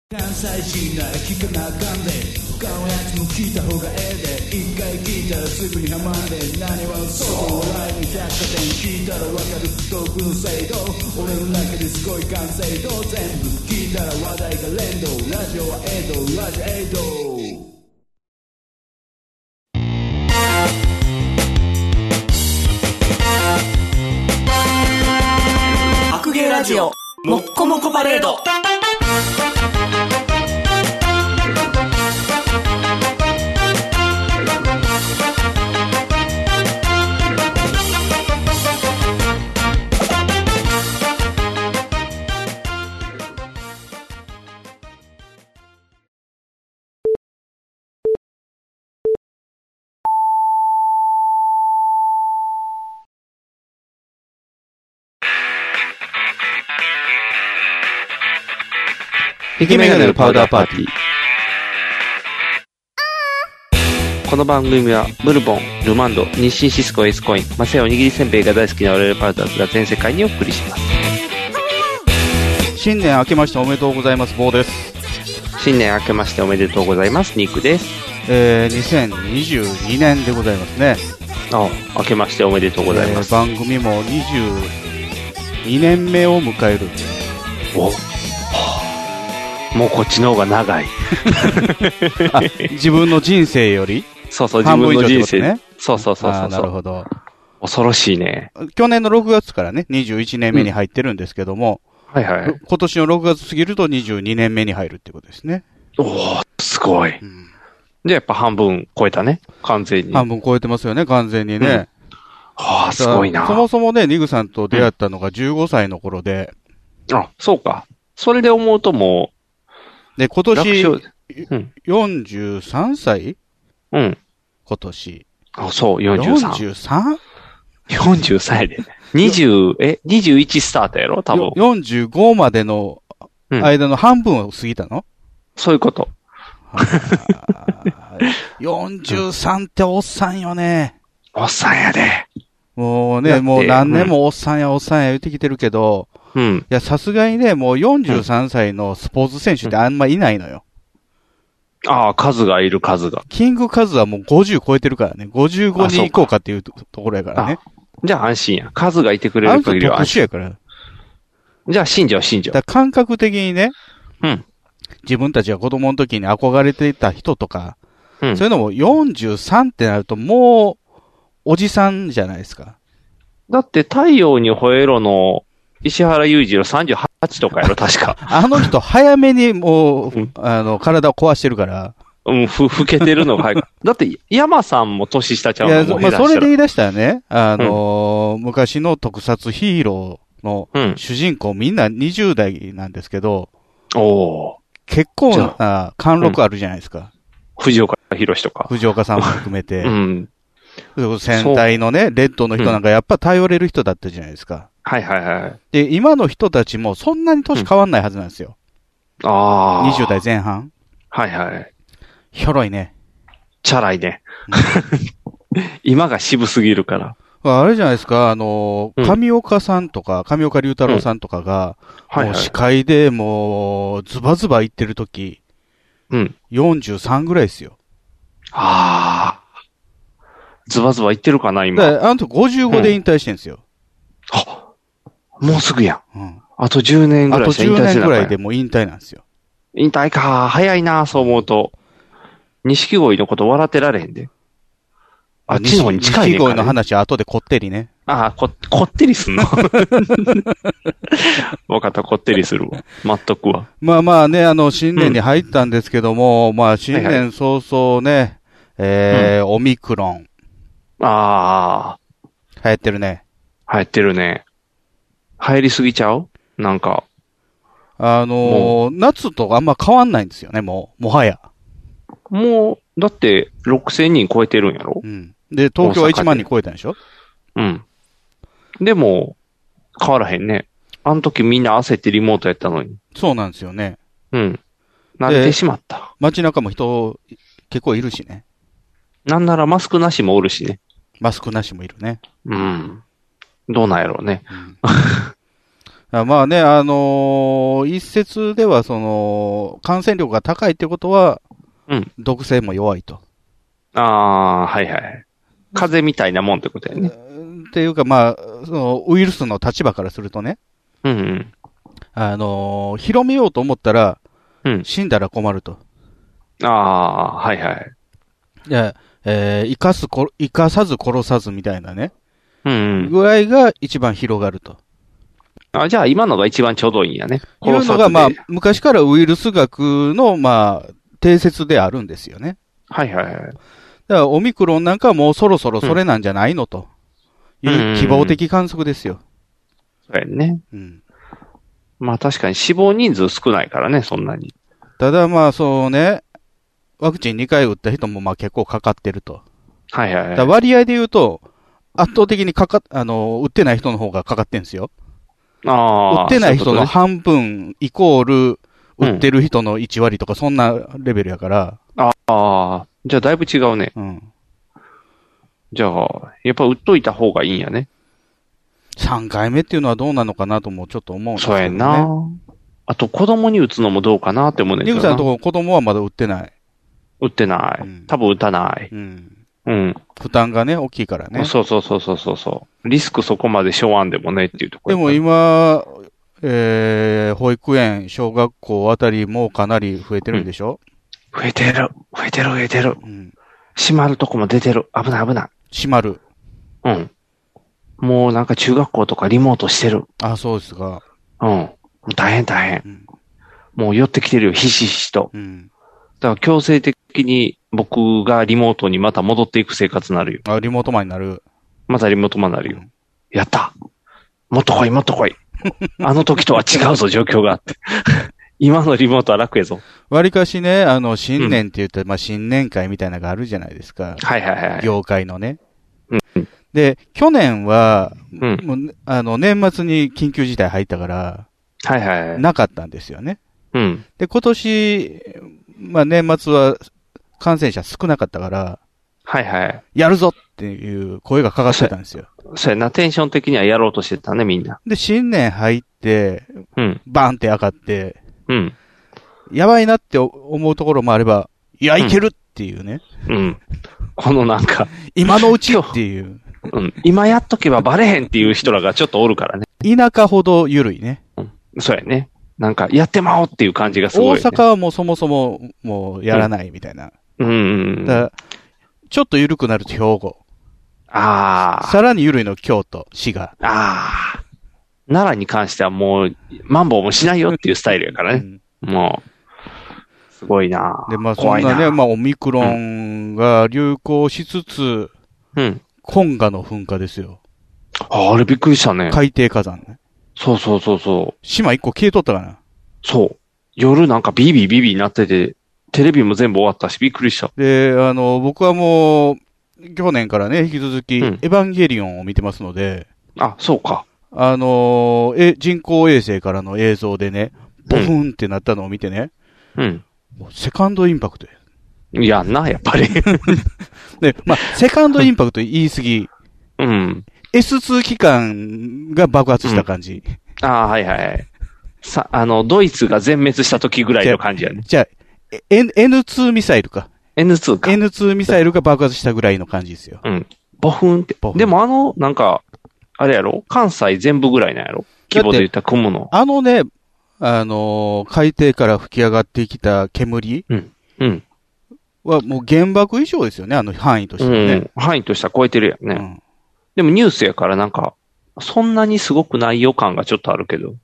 関西人なら聞かなあかんで他のやつも聞いた方がええで一回聞いたらすぐにハマんで何はそう笑いに百貨店聞いたらわかるトークの制度俺の中ですごい完成度全部聞いたら話題が連動ラジオはエイドラジオエイド白芸ラジオもっこもこパレード。 ヒゲメガネのパウダーパーティー。この番組はブルボン、ルマンド、日清シスコエースコイン、マセオおにぎりせんべいが大好きな我々パウダーズが全世界にお送りします。 新年明けましておめでとうございます。坊です。 新年明けましておめでとうございます。ニックです。 2022年でございますね。 明けましておめでとうございます。 番組も22年目を迎える。 もうこっちの方が長い。 自分の人生よりそうそう、自分の人生。ね、そうそう。 なるほど。 恐ろしいね。 去年の6月からね、21年目に入ってるんですけども、 はいはい。 今年の6月過ぎると22年目に入るってことですね。 すごい。で、やっぱ半分超えたね。完全に。 半分超えてますよね、完全にね。 すごいな。 そもそもね、ニグさんと出会ったのが15歳の頃で。 そうか。それで思うともう、 で、今年、43歳うん。 今年。 そう、43。43やで。21スタートやろ多分。 45までの間の半分を過ぎたの、 そういうこと。 43っておっさんよね。 おっさんやで。 もうね、もう何年もおっさんや言ってきてるけど、いや、さすがにね、もう43歳のスポーツ選手ってあんまいないのよ。 数がいる数が。 キングカズはもう50超えてるからね。55に行こうかっていうところやからね。 じゃあ安心や。数がいてくれる限りは安心。 特殊やから。 じゃあ信じよう。 だ感覚的にね、自分たちが子供の時に憧れていた人とか、そういうのも43ってなるともう、おじさんじゃないですか。 だって太陽に吠えろの石原裕次郎38とかやろ、確か。 あの人早めにもう、体を壊してるから。 老けてるのが早く。だって、山さんも年下ちゃうの。 いや、それで言い出したらね、昔の特撮ヒーローの主人公みんな20代なんですけど、結構な貫禄あるじゃないですか。 藤岡弘とか。 藤岡さんも含めて。戦隊のね、レッドの人なんかやっぱ頼れる人だったじゃないですか。 はい。 で、今の人たちもそんなに年変わんないはずなんですよ。20代前半。 はい。 ひょろいね。 チャラいね。今が渋すぎるから。 あれじゃないですか、上岡さんとか、上岡龍太郎さんとかが、もう司会でもう、ズバズバ言ってるとき、43ぐらいですよ。 ズバズバ言ってるかな、今。 あの時55で引退してんですよ。 もうすぐやん。あと10年ぐらいして引退してあと10年ぐらいでもう引退なんですよ。 引退か。早いな、そう思うと。錦鯉のこと笑ってられへんで。あっちの方に近いね。 錦鯉の話は後でこってりね。 こってりすんのわかった、こってりするわ。待っとくわ。 まあね、新年に入ったんですけども、新年早々ね、オミクロン。流行ってるね。 流行ってるね。流行りすぎちゃうなんか。 夏とあんま変わんないんですよね、もはや。 もう、だって、6000人超えてるんやろで、東京は1万人超えたんでしょでも、変わらへんね。あの時みんな焦ってリモートやったのに。 そうなんですよね。 なってしまった。 街中も人、結構いるしね。 なんならマスクなしもおるしね。 マスクなしもいるね。 どうなんやろうね。 まあね、一説では、感染力が高いってことは、毒性も弱いと。 ああ、はいはい。風邪みたいなもんってことやね。 っていうか、まあ、ウイルスの立場からするとね。広めようと思ったら、死んだら困ると。 ああ、はいはい。 いや、生かさず殺さずみたいなね。具合が一番広がると。 じゃあ今のが一番ちょうどいいんやね。 いうのが、まあ、昔からウイルス学の、まあ、定説であるんですよね。 はいはいはい。だから、オミクロンなんかはもうそろそろそれなんじゃないのという希望的観測ですよ。 そうやね。まあ確かに死亡人数少ないからね、そんなに。 ただまあそうね、ワクチン2回打った人もまあ結構かかってると。 はいはいはい。 だ割合で言うと、圧倒的に打ってない人の方がかかってんですよ。打ってない人の半分イコール、打ってる人の1割とかそんなレベルやから。 じゃあだいぶ違うね。じゃあ、やっぱ打っといた方がいいんやね。 3回目っていうのはどうなのかなともちょっと思うんですけどね。 そうやんな。あと子供に打つのもどうかなって思うんだけどな。 ニグさんのところ子供はまだ打ってない。 打ってない。多分打たない。 負担がね、大きいからね。 そう。リスクそこまでしょわんでもねっていうところ。 でも今、保育園、小学校あたりもかなり増えてるんでしょ？ 増えてる。閉まるとこも出てる。危ない。 閉まる。 もうなんか中学校とかリモートしてる。 あ、そうですか。 大変。もう寄ってきてるよ、ひしひしと。だから強制的に僕がリモートにまた戻っていく生活になるよ。 リモートマンになる。 またリモートマンになるよ。やったもっと来いあの時とは違うぞ、状況があって。今のリモートは楽やぞ。 割かしね、新年って言ったら、まあ、新年会みたいなのがあるじゃないですか。 はい。 業界のね。で、去年は、もう年末に緊急事態入ったから、なかったんですよね。で、今年、まあ、年末は感染者少なかったから、やるぞっていう声がかかってたんですよ。 そうやな、テンション的にはやろうとしてたね、みんな。 で、新年入って、バーンって上がって、やばいなって思うところもあれば、いや、いけるっていうね。このなんか、今のうちっていう。 今やっとけばバレへんっていう人らがちょっとおるからね。 田舎ほど緩いね。 そうやね。なんか、やってまおうっていう感じがすごい、ね。 大阪はもうそもそも、もうやらないみたいな。だちょっと緩くなると兵庫。さらに緩いの京都、滋賀。奈良に関してはもう、マンボウもしないよっていうスタイルやからね。もう、すごいな。で、まあそんなね、まあオミクロンが流行しつつ、コンガの噴火ですよ。あれびっくりしたね。海底火山ね。そう。島一個消えとったかな。そう。夜なんかビビビなってて、テレビも全部終わったし、びっくりした。で、僕はもう、去年からね、引き続き、エヴァンゲリオンを見てますので。そうか。人工衛星からの映像でね、ボフンってなったのを見てね。セカンドインパクトやんな、やっぱり。で、まあ、セカンドインパクト言い過ぎ。S2 機関が爆発した感じ。ドイツが全滅した時ぐらいの感じやね。じゃあ、N2 ミサイルか。N2 か。N2 ミサイルが爆発したぐらいの感じですよ。ボフンって。でもなんか、あれやろ関西全部ぐらいなんやろ規模で言ったら雲の。ね、海底から吹き上がってきた煙はもう原爆以上ですよね、範囲としてはね。範囲としては超えてるやんね。でもニュースやからなんか、そんなにすごくない予感がちょっとあるけど。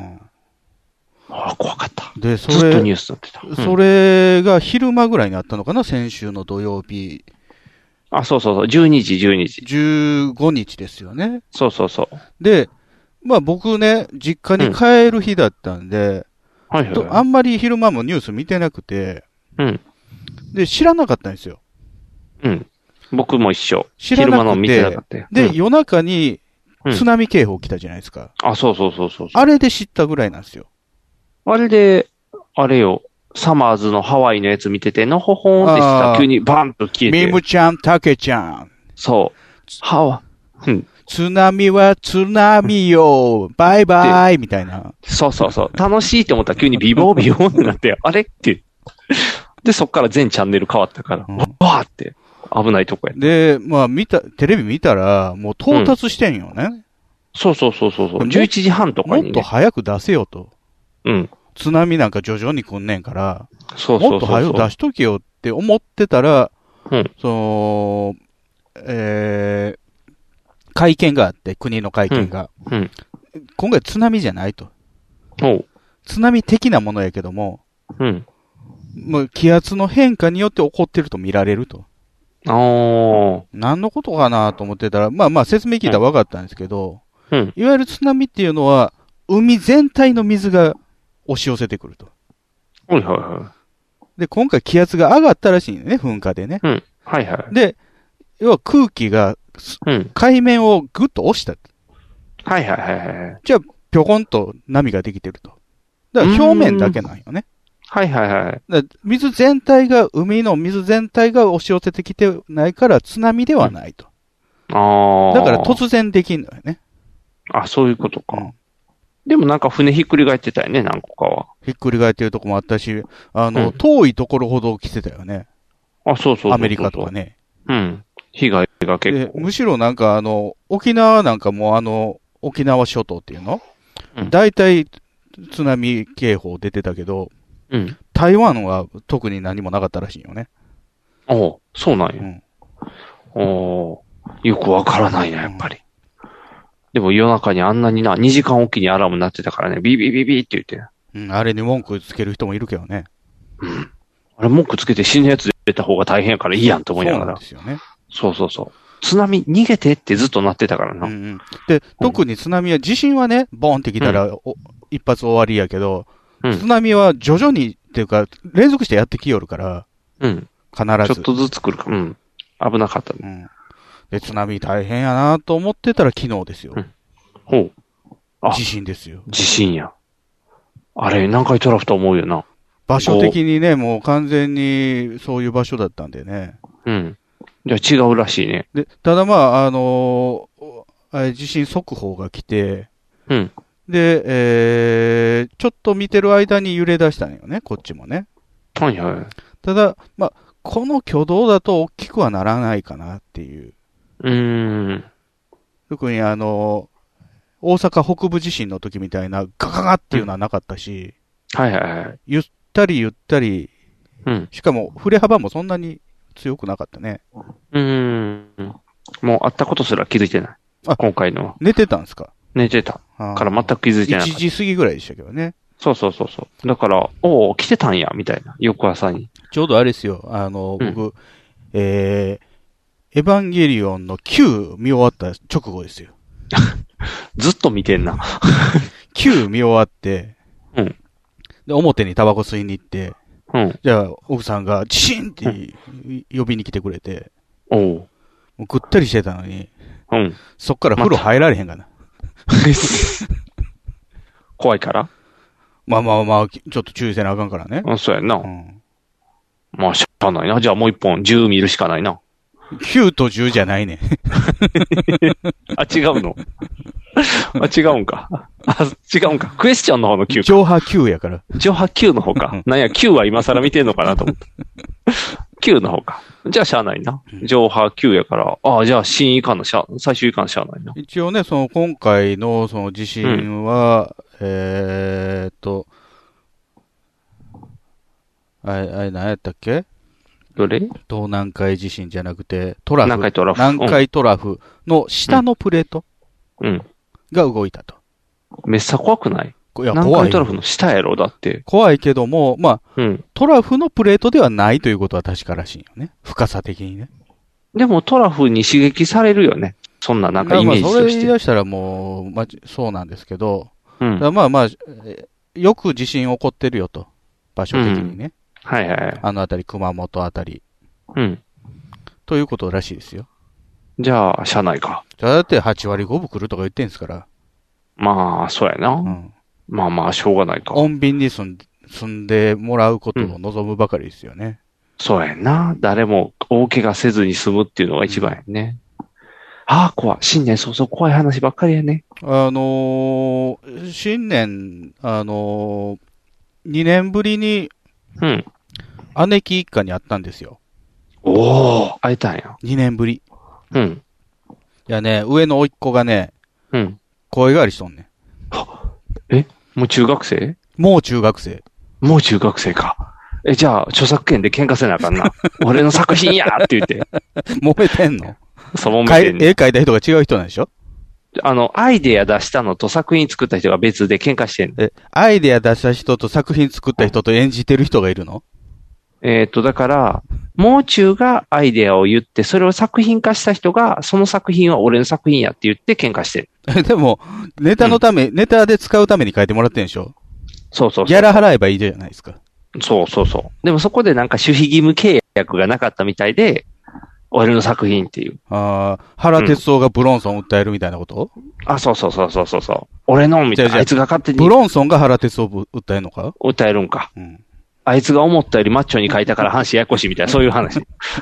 怖かった。で、ずっとニュースになってた。それが昼間ぐらいにあったのかな、先週の土曜日。そう。12時。15日ですよね。そう。で、まあ僕ね、実家に帰る日だったんで、あんまり昼間もニュース見てなくて、で、知らなかったんですよ。僕も一緒。昼間の見てなかった。で、夜中に津波警報来たじゃないですか。そう。あれで知ったぐらいなんですよ。あれで、あれよ、サマーズのハワイのやつ見てて、のほほーんってした急にバンと消えて。ミムちゃん、タケちゃん。そう。 津波は津波よバイバイみたいな。 そうそうそう。楽しいって思ったら急にビボービボーってなって、あれって。で、そっから全チャンネル変わったから、わーって危ないとこや。 で、まあテレビ見たら、もう到達してんよね。 そうそうそうそう。11時半とかに、ね。 もっと早く出せよと。 うん。 津波なんか徐々に来んねんから、 そうそうそう。 もっと早く出しとけよって思ってたら、 うん。 会見があって、国の会見が。 うん。 今回津波じゃないと。津波的なものやけども、 うん。 もう気圧の変化によって起こってると見られると。何のことかなと思ってたら、まあまあ説明聞いたら分かったんですけど、 うん。 いわゆる津波っていうのは、海全体の水が押し寄せてくると。 はいはいはい。 で、今回気圧が上がったらしいんね、噴火でね。 うん。はいはい。 で、要は空気が、海面をぐっと押した。 はいはいはいはい。 じゃあ、ぴょこんと波ができてると。だから表面だけなんよね。 はいはいはい。 水全体が、海の水全体が押し寄せてきてないから津波ではないと。だから突然できんのよね。 あ、そういうことか。でもなんか船ひっくり返ってたよね、何個かは。 ひっくり返ってるとこもあったし、遠いところほど来てたよね。 あ、そうそう。 アメリカとかね。 うん。被害が結構。 むしろなんか沖縄なんかも沖縄諸島っていうの大体津波警報出てたけど、台湾は特に何もなかったらしいよね。 おそうなんや。よくわからないな、やっぱり。でも夜中にあんなに2時間おきにアラーム鳴ってたからね、ビビビビって言って。 あれに文句つける人もいるけどね。 あれ文句つけて死ぬやつ出た方が大変やからいいやんと思いながら。 そうなんですよね。 そうそうそう。津波逃げてってずっと鳴ってたからな。 で、特に津波は、地震はね、ボーンってきたら、一発終わりやけど、津波は徐々にっていうか、連続してやってきよるから、必ず。 ちょっとずつ来るか。危なかったね。 で、津波大変やなと思ってたら昨日ですよ。 ほう。 地震ですよ。 地震や。あれ、何回トラフと思うよな。 場所的にね、もう完全にそういう場所だったんでね。 じゃあ違うらしいね。 で、ただまあ、地震速報が来て、で、ちょっと見てる間に揺れ出したんよね、こっちもね。 はいはい。 ただ、まあ、この挙動だと大きくはならないかなっていう。特に大阪北部地震の時みたいなガガガっていうのはなかったし、ゆったりゆったり、しかも振れ幅もそんなに強くなかったね。 もうあったことすら気づいてない。今回のは。 寝てたんですか？ 寝てた。から全く気づいてない。 1時過ぎぐらいでしたけどね。 そうそうそうそう。だから、来てたんや、みたいな。翌朝に。 ちょうどあれですよ。僕、エヴァンゲリオンの9見終わった直後ですよ。 ずっと見てんな。 9見終わって、で、表にタバコ吸いに行って、じゃあ、奥さんが、地震って呼びに来てくれて、もうぐったりしてたのに、そっから風呂入られへんかな。 怖いからまあまあまあ、ちょっと注意せなあかんからね。 そうやんな。まあ、しゃあないな。じゃあもう一本、10見るしかないな。 9と10じゃないね。 あ、違うの違うんか。違うんか。クエスチョンの方の9か。 上波9やから。 上波9の方か。なんや、9は今更見てんのかなと思った。9の方か。じゃあしゃあないな。上波9やから、じゃあ新以下の最終以下のしゃあないな。 一応ね、今回の地震は、あれ何やったっけ？ どれ？ 東南海地震じゃなくて、トラフ。 南海トラフ。 南海トラフの下のプレートが動いたと。 めっさ怖くない？ いや、 南海トラフの下やろ、だって。 怖いけども、まあ、トラフのプレートではないということは確からしいよね。深さ的にね。 でもトラフに刺激されるよね。そんななんかイメージとして。 それ言い出したらもう、そうなんですけど、まあまあ、よく地震起こってるよと。場所的にね。 はいはい。 あのあたり、熊本あたり。ということらしいですよ。 じゃあ、車内か。 だって8割5分来るとか言ってんすから。 まあ、そうやな。まあまあ、しょうがないか。 穏便に住んでもらうことを望むばかりですよね。 そうやんな。誰も大怪我せずに済むっていうのが一番やね。 ああ、怖い。新年早々怖い話ばっかりやね。 新年、2年ぶりに、 うん。 姉貴一家に会ったんですよ。 おー、会えたんや。 2年ぶり。 うん。 いやね、上の甥っ子がね、 うん。 声変わりしとんねん。 えもう中学生？ もう中学生。 もう中学生か。じゃあ、著作権で喧嘩せなあかんな。俺の作品やって言って。 揉めてんの？ そう、揉めてんねん。 絵描いた人が違う人なんでしょ？ アイデア出したのと作品作った人が別で喧嘩してんの。 アイデア出した人と作品作った人と演じてる人がいるの？ だから、もう中がアイデアを言って、それを作品化した人が、その作品は俺の作品やって言って喧嘩してる。 でも、ネタのため、ネタで使うために書いてもらってんでしょ？ そうそうそう。 ギャラ払えばいいじゃないですか。 そうそうそう。でもそこでなんか守秘義務契約がなかったみたいで、俺の作品っていう。 原哲夫がブロンソン訴えるみたいなこと？ そうそうそうそうそう。俺のみたいな。あいつが勝手に。 ブロンソンが原哲夫訴えるのか？ 訴えるんか。 うん。 あいつが思ったよりマッチョに書いたから話ややこしいみたいな、そういう話。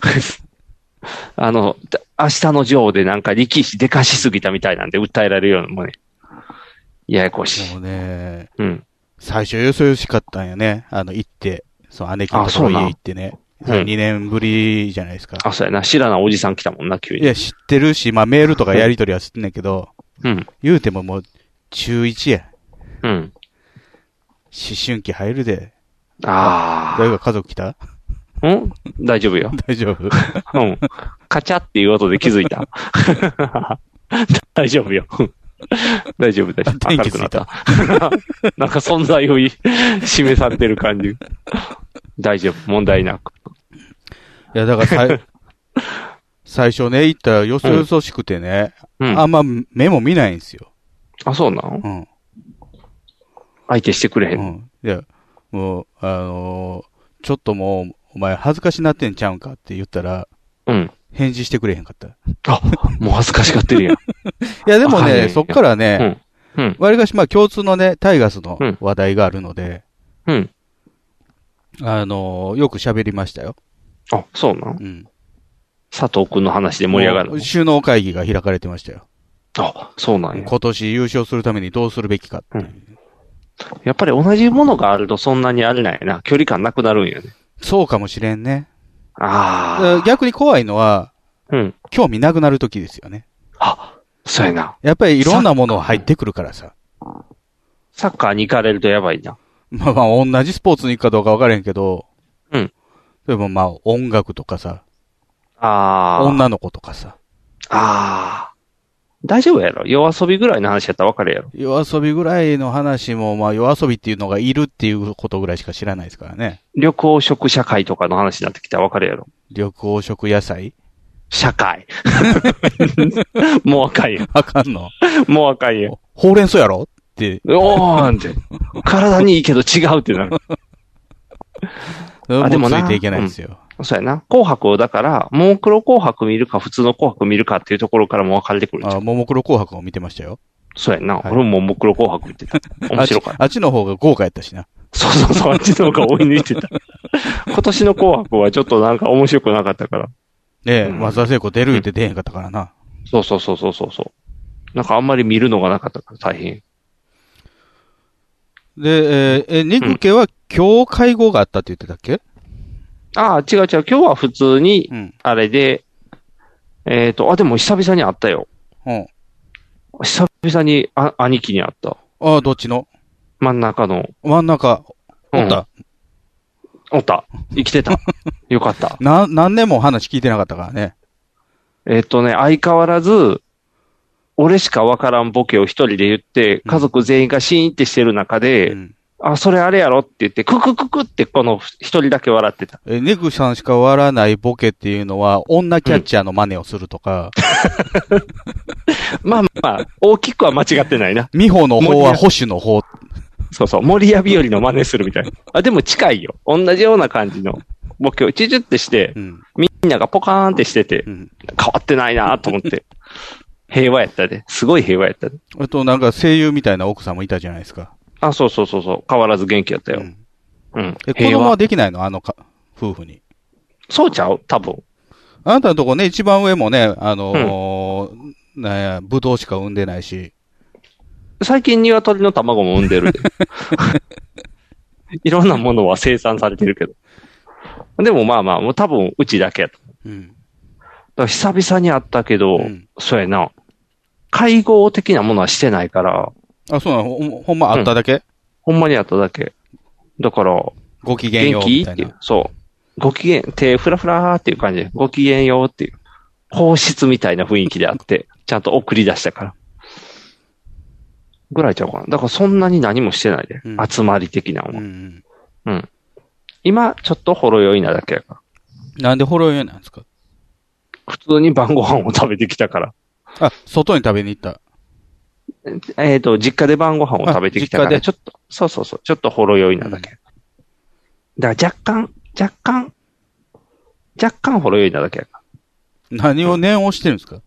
明日のジョーでなんか力士でかしすぎたみたいなんで訴えられるようなもんね。ややこしい。 でもね、 うん。 最初よそよしかったんよね。行って、姉貴のところ家行ってね。2年ぶりじゃないですか。 そうやな。知らないおじさん来たもんな、急に。 いや、知ってるし、まあメールとかやりとりは知ってんねんけど、 うん。 言うてももう、中1や。 うん。 思春期入るで。 誰か家族来た？ 大丈夫よ。 大丈夫。 うん。カチャっていう音で気づいた。大丈夫よ。大丈夫。 電気ついた。 なんか存在を示されてる感じ。大丈夫。問題なく。 いや、だから最初ね、行ったらよそよそしくてね、あんま目も見ないんですよ。 そうなの？うん。相手してくれへん。 うん。いや、もう、ちょっともう、お前恥ずかしなってんちゃうんかって言ったら、 うん。 返事してくれへんかった。 もう恥ずかしがってるやん。いや、でもね、そっからね、 割かしまあ共通のね、タイガースの話題があるので、 うん。 よく喋りましたよ。 そうなの？ うん。 佐藤くんの話で盛り上がる。 首脳会議が開かれてましたよ。 そうなんや。 今年優勝するためにどうするべきかっていう。 やっぱり同じものがあるとそんなにあれないな。距離感なくなるんよね。 そうかもしれんね。逆に怖いのは、興味なくなるときですよね。 そうやな。 やっぱりいろんなもの入ってくるからさ。 サッカーに行かれるとやばいな。 まあ同じスポーツに行くかどうか分からへんけど、でもまあ音楽とかさ、女の子とかさ。 大丈夫やろ？夜遊びぐらいの話やったら分かるやろ？ 夜遊びぐらいの話も、まあ夜遊びっていうのがいるっていうことぐらいしか知らないですからね。 緑黄色社会とかの話になってきたら分かるやろ？ 緑黄色野菜？ 社会。もうあかんよ。 あかんの？ もうあかんよ。 ほうれん草やろって。 おーんって。体にいいけど違うってなる。 でもついていけないですよ。 そうやな。紅白をだから、ももクロ紅白見るか普通の紅白見るかっていうところからも分かれてくる。 ももクロ紅白を見てましたよ。 そうやな。俺もももクロ紅白見てた。面白かった。 あっちの方が豪華やったしな。 そう、あっちの方が追い抜いてた。今年の紅白はちょっとなんか面白くなかったから。 ねえ、松田聖子出るって出へんかったからな。 そう。なんかあんまり見るのがなかったから大変。 で、肉家は今日会合があったって言ってたっけ？ 違う。今日は普通に、あれで、でも久々に会ったよ。久々に兄貴に会った。 どっちの？ 真ん中の。 真ん中。おった。 生きてた。よかった。 何年も話聞いてなかったからね。 相変わらず、俺しかわからんボケを一人で言って、家族全員がシーンってしてる中で、それあれやろって言って、ククククってこの一人だけ笑ってた。 ネグさんしか笑わないボケっていうのは、女キャッチャーの真似をするとか。 まあ、大きくは間違ってないな。 美穂の方は保守の方。 そう、森谷日和の真似するみたいな。でも近いよ。同じような感じのボケをチュチュってして、みんながポカーンってしてて、変わってないなと思って。平和やったで。すごい平和やったで。 あとなんか声優みたいな奥さんもいたじゃないですか。 そう。変わらず元気やったよ。 子供はできないの？夫婦に。 そうちゃう？多分。 あなたのとこね、一番上もね、 なんや、ブドウしか産んでないし。 最近鶏の卵も産んでるで。いろんなものは生産されてるけど。でもまあまあ、もう多分うちだけやと。うん。だから久々に会ったけど、そうやな。会合的なものはしてないから。 あ、そうなの？ほんま会っただけ？ ほんまに会っただけ。だから、 ご機嫌ようみたいな。 元気っていう。そう。ご機嫌、手フラフラーっていう感じで、ご機嫌ようっていう。放出みたいな雰囲気であって、ちゃんと送り出したから。ぐらいちゃうかな。だからそんなに何もしてないで。集まり的なもん。うん。今、ちょっとほろ酔いなだけやから。 なんでほろ酔いなんですか？ 普通に晩ご飯を食べてきたから。 あ、外に食べに行った。 実家で晩ご飯を食べてきたから、ちょっと、そう、ちょっとほろ酔いなだけ。だから若干ほろ酔いなだけやから。 何を念を押してるんですか？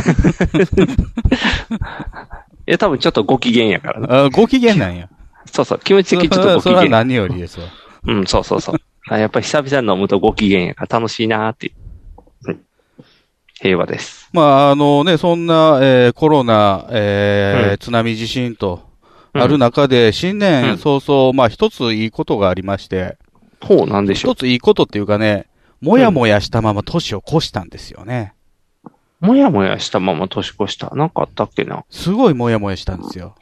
いや、多分ちょっとご機嫌やからね。 あ、ご機嫌なんや。 そう、気持ち的にちょっとご機嫌。 それは何よりですわ。 うん、そう。やっぱり久々に飲むとご機嫌やから楽しいなーっていう。平和です。 まあ、そんな、コロナ、津波地震と、ある中で、新年早々、まあ、一ついいことがありまして。 ほう、なんでしょう。 一ついいことっていうかね、もやもやしたまま年を越したんですよね。 もやもやしたまま年越した。なんかあったっけな。 すごいもやもやしたんですよ。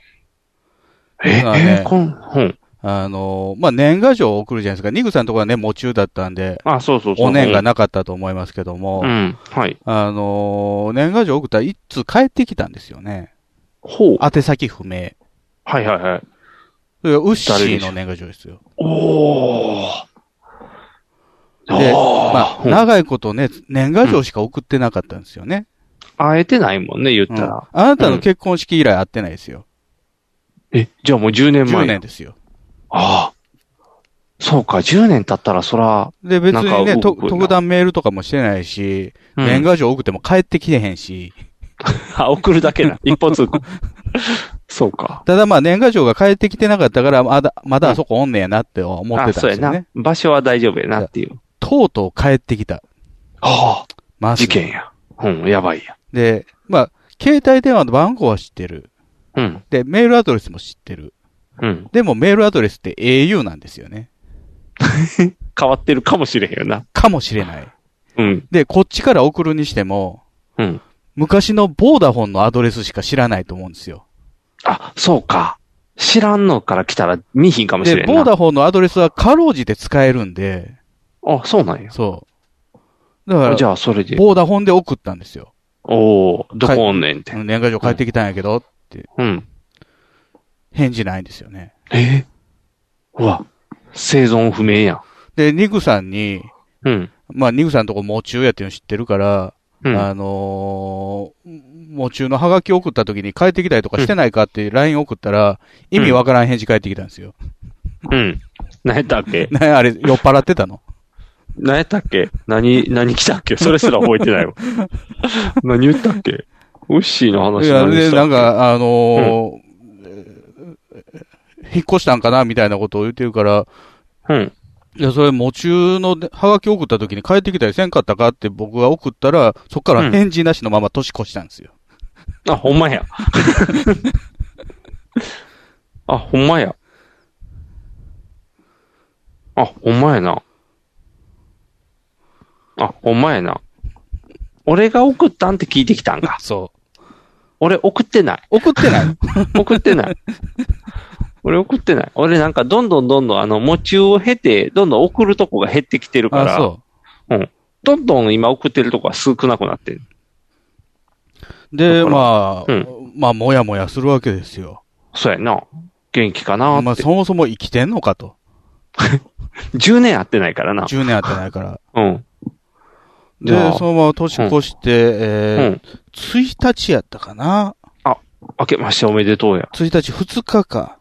まあ、年賀状を送るじゃないですか。ニグさんのところはね、喪中だったんで。 あ、そう。 お年がなかったと思いますけども。 うん、はい。 年賀状送ったら、いつ帰ってきたんですよね。 ほう。 宛先不明。 はい。 それがウッシーの年賀状ですよ。 おー。 で、まあ、長いことね、年賀状しか送ってなかったんですよね。 会えてないもんね、言ったら。 あなたの結婚式以来会ってないですよ。 じゃあもう10年前。 10年ですよ。 ああ。そうか、10年経ったらそら。 で、別にね、特段メールとかもしてないし、年賀状送っても帰ってきてへんし。 送るだけな。一方通行。そうか。 ただまあ年賀状が帰ってきてなかったから、まだあそこおんねやなって思ってたんですよね。 そうやな。場所は大丈夫やなっていう。 とうとう帰ってきた。 ああ。事件や。やばいや。 で、まあ、携帯電話の番号は知ってる。で、メールアドレスも知ってる。でもメールアドレスって au なんですよね。 変わってるかもしれへんよな。 かもしれない。で、こっちから送るにしても、昔のボーダフォンのアドレスしか知らないと思うんですよ。 あ、そうか。知らんのから来たら見ひんかもしれんな。 で、ボーダフォンのアドレスはかろうじて使えるんで。 あ、そうなんや。 そう。だから、 じゃあそれで。 ボーダフォンで送ったんですよ。 おー、どこおんねんって。 年賀状帰ってきたんやけどって。返事ないんですよね。 うわ、生存不明やん。 で、ニグさんに、まあ、ニグさんのとこ喪中やっていうの知ってるから、喪中のハガキ送った時に帰ってきたりとかしてないかって LINE 送ったら、意味わからん返事返ってきたんですよ。 何やったっけ？ あれ、酔っ払ってたの？ 何やったっけ？何来たっけ？それすら覚えてないわ。何言ったっけ？ウッシーの話何したっけ？ なんか、引っ越したんかなみたいなことを言ってるから、いや、それ、喪中のハガキ送った時に帰ってきたりせんかったかって僕が送ったら、そっから返事なしのまま年越したんですよ。 あ、ほんまや。あ、ほんまや。あ、ほんまやな。あ、ほんまやな。俺が送ったんって聞いてきたんか。 そう。 俺送ってない。 送ってない送ってない。俺送ってない。俺なんかどんどん喪中を経て、どんどん送るとこが減ってきてるから、どんどん今送ってるとこが少なくなってる。 で、まあ、もやもやするわけですよ。 そうやな。元気かなって。 まあ、そもそも生きてんのかと。 10年会ってないからな。 10年会ってないから。で、そのまま年越して、1日やったかな。 あ、明けましておめでとうや。 1日、2日か。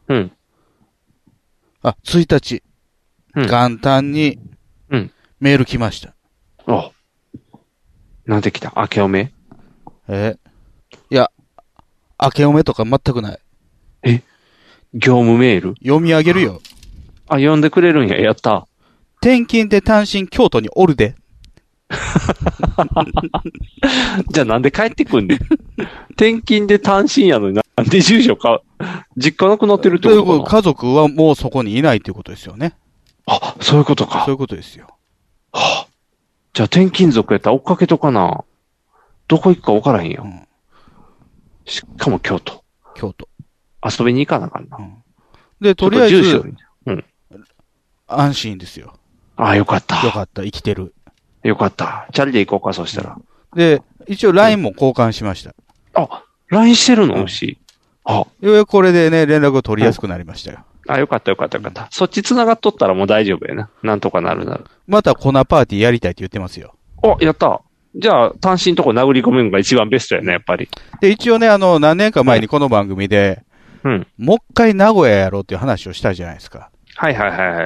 あ、1日。元旦に、メール来ました。 あ、なんで来た？明けおめ？ いや、明けおめとか全くない。 業務メール？ 読み上げるよ。 あ、読んでくれるんや。やった。 転勤で単身京都におるで。 じゃあなんで帰ってくんねん。転勤で単身やのになんで住所か、実家なくなってるってことかな。 家族はもうそこにいないっていうことですよね。 あ、そういうことか。 そういうことですよ。 はあ、じゃあ転勤族やったら追っかけとかな。どこ行くか分からへんよ。うん、しかも京都。遊びに行かなあかんな。うん、 で、とりあえず、うん、安心ですよ。 ああ、よかった。 よかった、生きてる。 よかった。チャリで行こうか、そしたら。 で、一応 LINE も交換しました。 あ、LINE してるの牛。あ。 ようやくこれでね、連絡を取りやすくなりましたよ。 あ、よかった。そっち繋がっとったらもう大丈夫やな。なんとかなる。 また粉パーティーやりたいって言ってますよ。 お、やった。じゃあ、単身とこ殴り込むのが一番ベストやね、やっぱり。 で、一応ね、何年か前にこの番組で、うん。もう一回名古屋やろうっていう話をしたじゃないですか。 はい。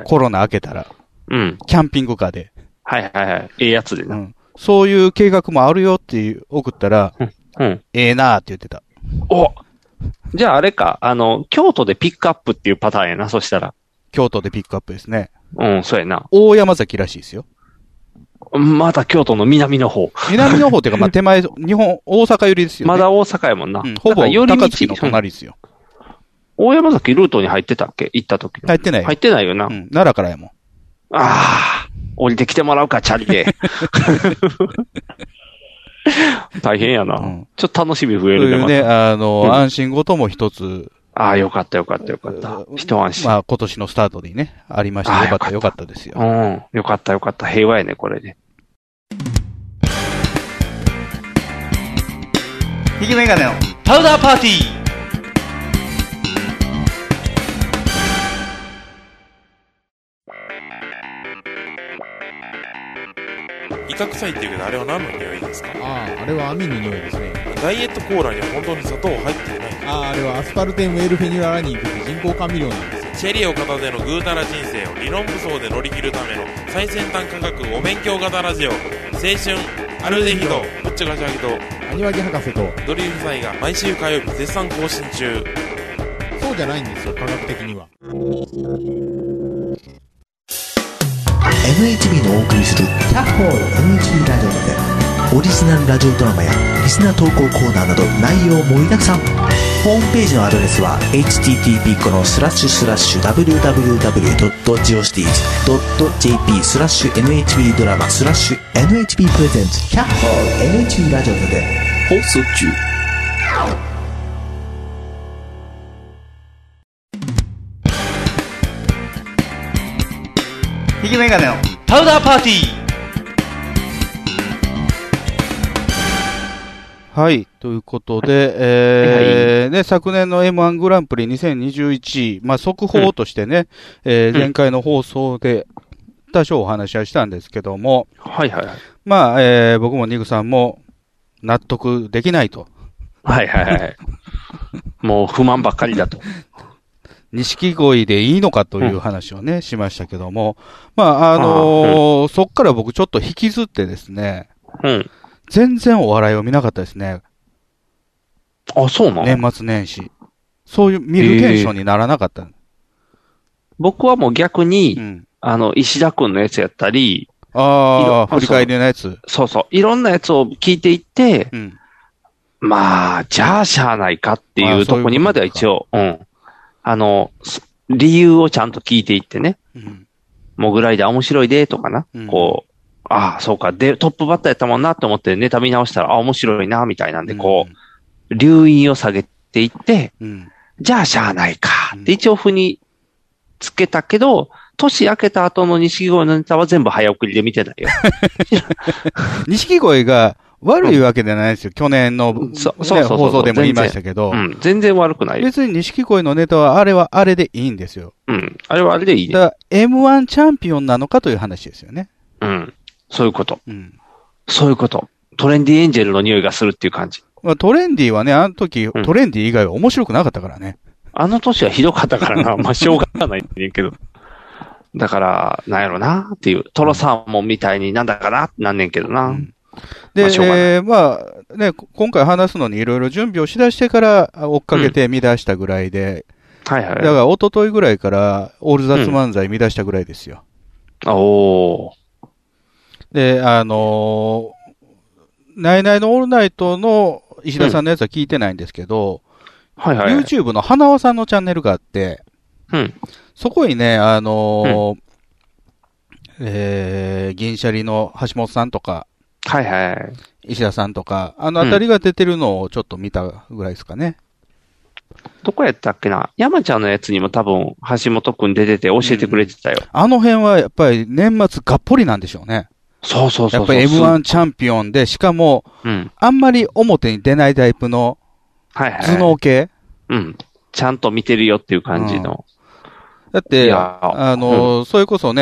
コロナ明けたら。 うん。 キャンピングカーで。 はい。ええやつでな。うん。 そういう計画もあるよって送ったら、うん。ええなーって言ってた。 お！じゃああれか、京都でピックアップっていうパターンやな、そしたら。 京都でピックアップですね。 うん、そうやな。 大山崎らしいですよ。 まだ京都の南の方。 南の方っていうか、まあ、手前、大阪寄りですよね。 まだ大阪やもんな。 うん、ほぼ、高槻の隣ですよ。 大山崎ルートに入ってたっけ？行った時。 入ってないよ。 入ってないよな。 うん、奈良からやもん。 ああ、降りてきてもらうか、チャリで。大変やな。うん、ちょっと楽しみ増えるね。そういうね、安心事も一つ。 ああ、よかった。一安心。 まあ、今年のスタートにね、ありました。よかったですよ。 うん。よかった。平和やね、これで。 ひげメガネのパウダーパーティー。 イカ臭いっていうけど、あれは何の匂いですか？ あれは網の匂いですね。 ダイエットコーラには本当に砂糖入っていない。 あれはアスパルテンムエルフェニュララニンという人工甘味料なんですよ。 チェリーを片手のぐうたら人生を理論武装で乗り切るための最先端科学お勉強型ラジオ、青春アルデヒドぶっちゃかしゃぎとアニワギ博士とドリル夫妻が毎週火曜日絶賛更新中。 そうじゃないんですよ、科学的には。 NHB のお送りするキャッホール NHB ラジオでオリジナルラジオドラマやリスナー投稿コーナーなど内容盛りだくさん。ホームページのアドレスは http://www.geocities.jp/NHB ドラマ/NHB プレゼンツキャッホール NHB ラジオで放送中。 ひげメガネのパウダーパーティー。 はい。ということで、ね、昨年の M1 グランプリ2021、まあ、速報としてね、前回の放送で多少お話はしたんですけども、 はい。 まあ、僕もニグさんも納得できないと。 はい。もう不満ばっかりだと。 錦鯉でいいのかという話をね、しましたけども、まあ、そっから僕ちょっと引きずってですね、全然お笑いを見なかったですね。 あ、そうなの？ 年末年始。そういう見るテンションにならなかった。 僕はもう逆に、石田くんのやつやったり、 振り返りのやつ。 そう。いろんなやつを聞いていって、まあ、じゃあしゃあないかっていうとこにまでは一応、理由をちゃんと聞いていってね。モグライダー面白いで、とかな。こう、そうか。で、トップバッターやったもんなって思ってネタ見直したら、面白いな、みたいなんで、こう、留飲を下げていって、じゃあしゃあないか。って一応譜につけたけど、年明けた後の錦鯉のネタは全部早送りで見てないよ。 錦鯉が悪いわけじゃないですよ。去年の、放送でも言いましたけど。 全然悪くないよ。 別に錦鯉のネタはあれでいいんですよ。 あれはあれでいいね。 だから M1 チャンピオンなのかという話ですよね。 そういうこと。そういうこと。トレンディエンジェルの匂いがするっていう感じ。 トレンディはね、あの時、トレンディ以外は面白くなかったからね。 あの年はひどかったからな。まあ、しょうがないんだけど。だから、なんやろなっていう。トロサーモンみたいになんだかなってなんねんけどな。 で、まあ、ね、今回話すのにいろいろ準備をしだしてから追っかけて見出したぐらいで。だから一昨日ぐらいからオールザッツ漫才見出したぐらいですよ。 で、ナイナイのオールナイトの石田さんのやつは聞いてないんですけど、 はいはい。 YouTube の花輪さんのチャンネルがあって、そこにね、銀シャリの橋本さんとか、 はいはい。 石田さんとか、あたりが出てるのをちょっと見たぐらいですかね。 どこやったっけな、山ちゃんのやつにも多分、橋本くん出てて教えてくれてたよ。 あの辺はやっぱり年末がっぽりなんでしょうね。 そうそうそう。 やっぱり M1 チャンピオンで、しかも、あんまり表に出ないタイプの、頭脳系、 ちゃんと見てるよっていう感じの。 だって、それこそね、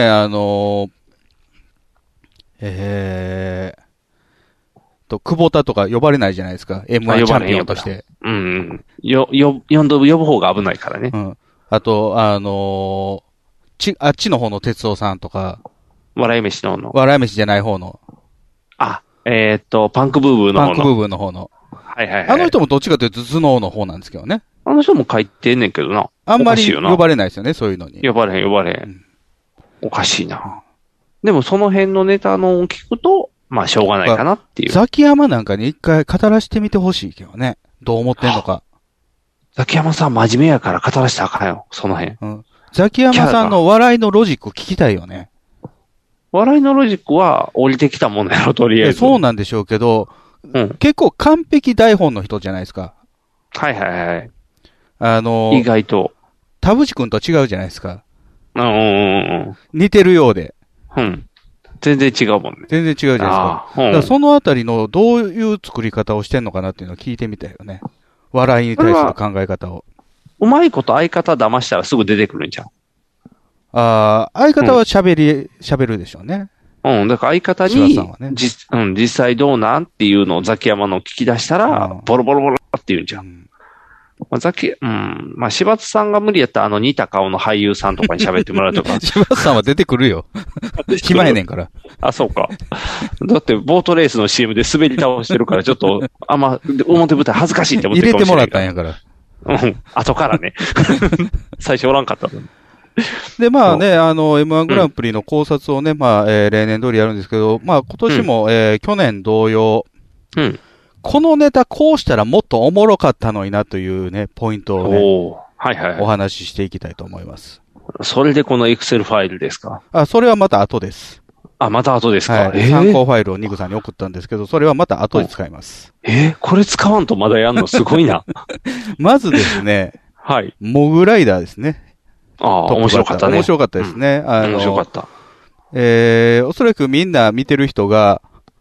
久保田とか呼ばれないじゃないですか。M1 チャンピオンとして。 呼ぶ方が危ないからね。 あと、あっちの方の哲夫さんとか。 笑い飯の方の。 笑い飯じゃない方の。 パンクブーブーの方の。 パンクブーブーの方の。 はいはいはい。 あの人もどっちかというと頭脳の方なんですけどね。 あの人も書いてんねんけどな。 あんまり呼ばれないですよね、そういうのに。 呼ばれへん。おかしいな。でもその辺のネタのを聞くと、まあしょうがないかなっていう。 ザキヤマなんかに一回語らせてみてほしいけどね。どう思ってんのか。 ザキヤマさん真面目やから語らせたらあかんよ、その辺。 ザキヤマさんの笑いのロジック聞きたいよね。 笑いのロジックは降りてきたものやろ、とりあえず。 そうなんでしょうけど、結構完璧台本の人じゃないですか。 はいはいはい。意外と。 田淵くんと違うじゃないですか。似てるようで。 全然違うもんね。 全然違うじゃないですか。だからそのあたりのどういう作り方をしてんのかなっていうのを聞いてみたいよね。笑いに対する考え方を。 うまいこと相方騙したらすぐ出てくるんじゃん。 相方は喋るでしょうね。 だから相方に、実際どうなんっていうのをザキヤマの聞き出したら、ボロボロボロって言うんじゃん。まあ、柴田さんが無理やったら似た顔の俳優さんとかに喋ってもらうとか。 柴田さんは出てくるよ。暇やねんから。 あ、そうか。だって、ボートレースの CM で滑り倒してるから、ちょっと、表舞台恥ずかしいって思ってるかもしれない。 入れてもらったんやから。 後からね。最初おらんかったのに。 で、まあね、M1 グランプリの考察をね、まあ、例年通りやるんですけど、まあ今年も、去年同様、このネタこうしたらもっとおもろかったのになというね、ポイントをね、お話ししていきたいと思います。 それでこの Excel ファイルですか？ それはまた後です。 また後ですか？ 参考ファイルをニグさんに送ったんですけど、それはまた後で使います。 これ使わんとまだやんのすごいな。 まずですね、モグライダーですね。 面白かったね。 面白かったですね。 面白かった。 おそらくみんな見てる人が、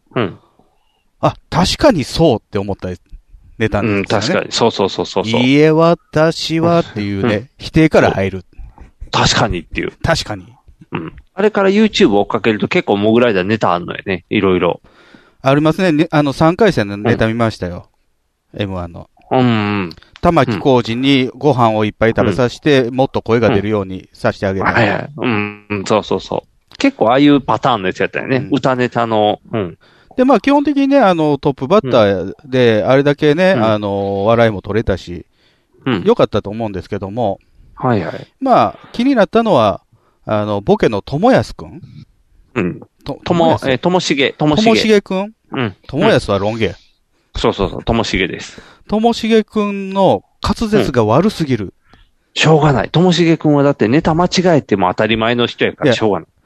確かにそうって思ったネタなんですよね。 確かに。そう。 いいえ、私はっていうね、否定から入る。 確かにっていう。 確かに。 あれから YouTube を追っかけると結構モグライダーネタあんのよね。いろいろ。 ありますね。3回戦のネタ見ましたよ。M1 の。玉木浩二にご飯をいっぱい食べさせて、もっと声が出るようにさせてあげる。 そう。結構ああいうパターンのやつやったよね。歌ネタの。 で、まあ基本的にね、トップバッターで、あれだけね、笑いも取れたし、良かったと思うんですけども、まあ、気になったのは、ボケのともやすくん。 ともしげくん。 ともやすはロン毛。 そう、ともしげです。 ともしげくんの滑舌が悪すぎる。 しょうがない。ともしげくんはだってネタ間違えても当たり前の人やからしょうがない。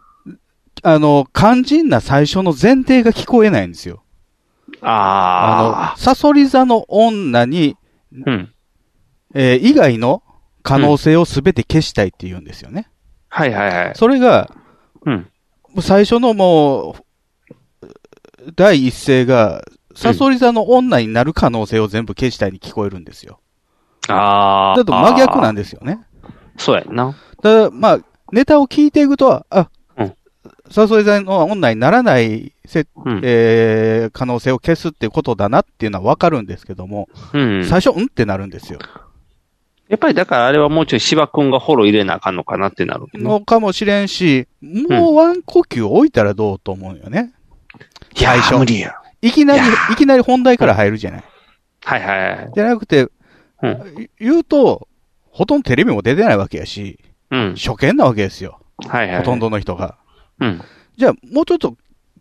肝心な最初の前提が聞こえないんですよ。サソリ座の女に、以外の可能性をすべて消したいって言うんですよね。それが、最初のもう、第一声が、サソリ座の女になる可能性を全部消したいに聞こえるんですよ。だと真逆なんですよね。 そうやんな。 まあ、ネタを聞いていくと、サソリ座の女にならない可能性を消すっていうことだなっていうのはわかるんですけども、最初、ってなるんですよ。 やっぱりだからあれはもうちょい芝くんがフォロー入れなあかんのかなってなるのかもしれんし、もうワン呼吸置いたらどうと思うよね。 最初。無理や。 いきなり本題から入るじゃない。じゃなくて、言うと、ほとんどテレビも出てないわけやし、初見なわけですよ。ほとんどの人が。じゃあ、もうちょっと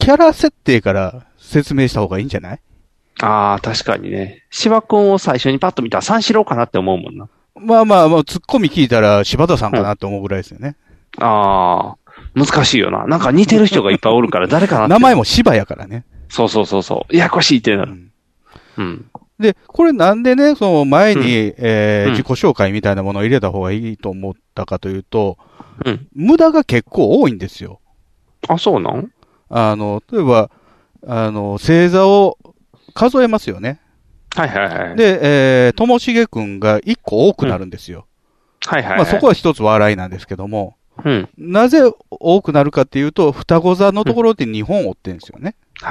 キャラ設定から説明した方がいいんじゃない？ ああ、確かにね。芝くんを最初にパッと見たら三四郎かなって思うもんな。 まあ、ツッコミ聞いたら柴田さんかなって思うぐらいですよね。 ああ、難しいよな。なんか似てる人がいっぱいおるから誰かなって。 名前も柴やからね。 そう。ややこしいってなる。 で、これなんでね、その前に、自己紹介みたいなものを入れた方がいいと思ったかというと、無駄が結構多いんですよ。 あ、そうなん？ 例えば、星座を数えますよね。 はい。 で、ともしげくんが一個多くなるんですよ。 はい。 まあそこは一つ笑いなんですけども、なぜ多くなるかっていうと、双子座のところで2本折ってるんですよね。 はい。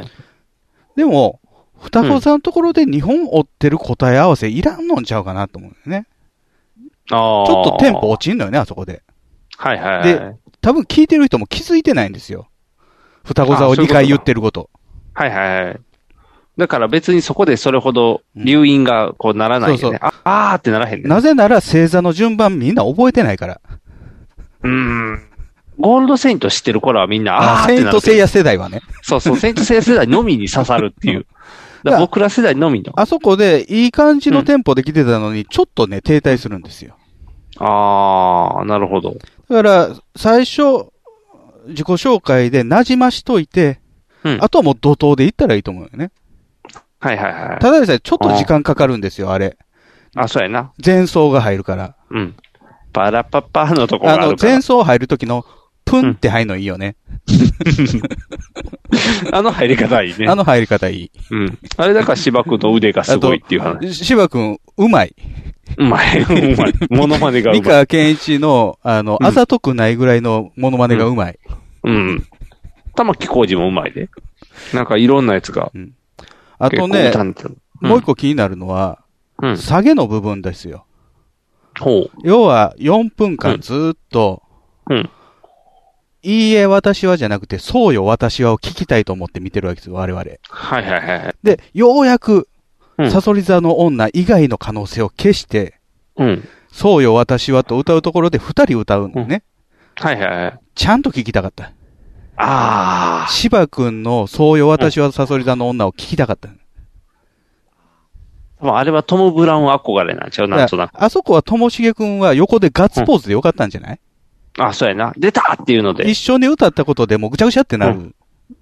でも、双子座のところで2本折ってる答え合わせいらんのんちゃうかなと思うんですね。ちょっとテンポ落ちんのよね、あそこで。 はい。 で、多分聞いてる人も気づいてないんですよ。双子座を2回言ってること。 はい。だから別にそこでそれほど留飲がこうならないよね。そうあーってならへんね。 なぜなら星座の順番みんな覚えてないから。 ゴールドセイント知ってる頃はみんなセイントセイヤ世代はね。 そう、セイントセイヤ世代のみに刺さるっていう。僕ら世代のみの。 あそこでいい感じのテンポで来てたのに、ちょっとね、停滞するんですよ。 あー、なるほど。 だから、最初、自己紹介で馴染ましといて、あとはもう怒涛で行ったらいいと思うよね。 はい。 ただでさえちょっと時間かかるんですよ、あれ。 あ、そうやな。 前奏が入るから。 パラパッパーのとこがあるから。 前奏入るときの、プンって入るのいいよね。 あの入り方いいね。 あの入り方いい。 あれだから芝くんの腕がすごいっていう話。 芝くん、うまい。 モノマネがうまい。 三河健一の、あざとくないぐらいのモノマネがうまい。 玉木浩二もうまいで。なんかいろんなやつが。 あとね、もう一個気になるのは、下げの部分ですよ。要は、4分間ずっと、いいえ、私はじゃなくて、そうよ、私はを聞きたいと思って見てるわけですよ、我々。で、ようやく、サソリ座の女以外の可能性を消して、そうよ、私はと歌うところで2人歌うのね。ちゃんと聞きたかった。芝くんのそうよ、私はサソリ座の女を聞きたかった。 あれはトム・ブラウン憧れなんちゃうなんとなく。 あそこはともしげくんは横でガッツポーズでよかったんじゃない？ そうやな。出たっていうので。 一緒に歌ったことでもうぐちゃぐちゃってなる。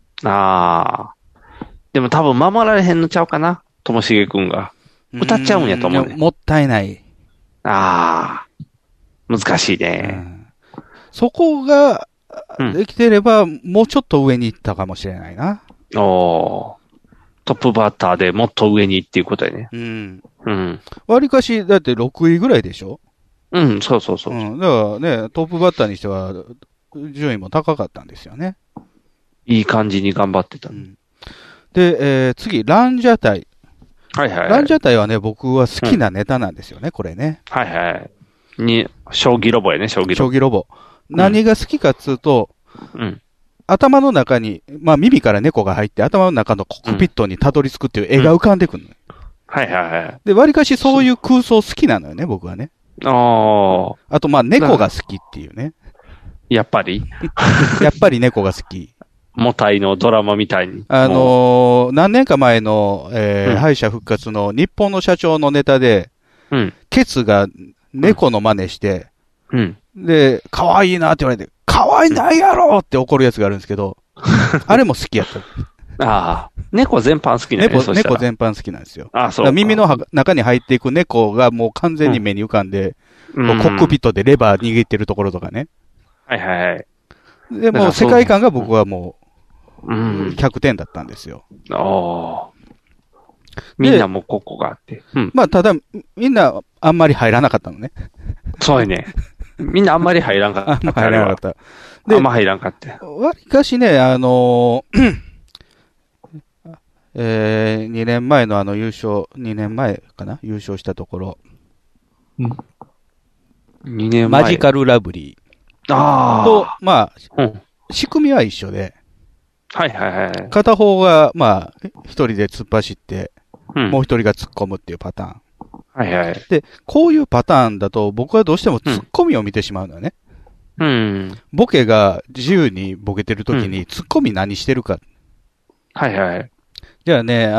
でも多分守られへんのちゃうかな。ともしげくんが。歌っちゃうんやと思うね。 もったいない。 難しいね。 そこができてれば、もうちょっと上に行ったかもしれないな。 トップバッターでもっと上にっていうことやね。 わりかし、だって6位ぐらいでしょ？ そう。 だからね、トップバッターにしては、順位も高かったんですよね。 いい感じに頑張ってた。 で、次、ランジャタイ。ランジャタイはね、僕は好きなネタなんですよね、これね。 将棋ロボやね、将棋ロボ。何が好きかっつうと、頭の中に、耳から猫が入って頭の中のコックピットにたどり着くっていう絵が浮かんでくるの。で、わりかしそういう空想好きなのよね、僕はね。あと、猫が好きっていうね。 やっぱりやっぱり猫が好き。 もたいのドラマみたいに。 何年か前の、敗者復活の日本の社長のネタで、ケツが猫の真似して、で、可愛いなって言われて、可愛いないやろって怒るやつがあるんですけど、あれも好きやった。 猫全般好きなんですね。猫全般好きなんですよ。耳の中に入っていく猫がもう完全に目に浮かんで、コックピットでレバー握ってるところとかね。で、もう世界観が僕はもう、100点だったんですよ。 みんなもここがあって。 ただ、みんなあんまり入らなかったのね。 そうやね。みんなあんまり入らんかった。 あんま入らなかった。 あんま入らんかった。 わりかしね、2年前の優勝、2年前かな優勝したところ。 2年前。 マジカルラブリー。と、仕組みは一緒で。片方が、一人で突っ走って、もう一人が突っ込むっていうパターン。で、こういうパターンだと僕はどうしても突っ込みを見てしまうのよね。 うん。 ボケが自由にボケてるときに、ツッコミ何してるか。 はいはい。 じゃあね、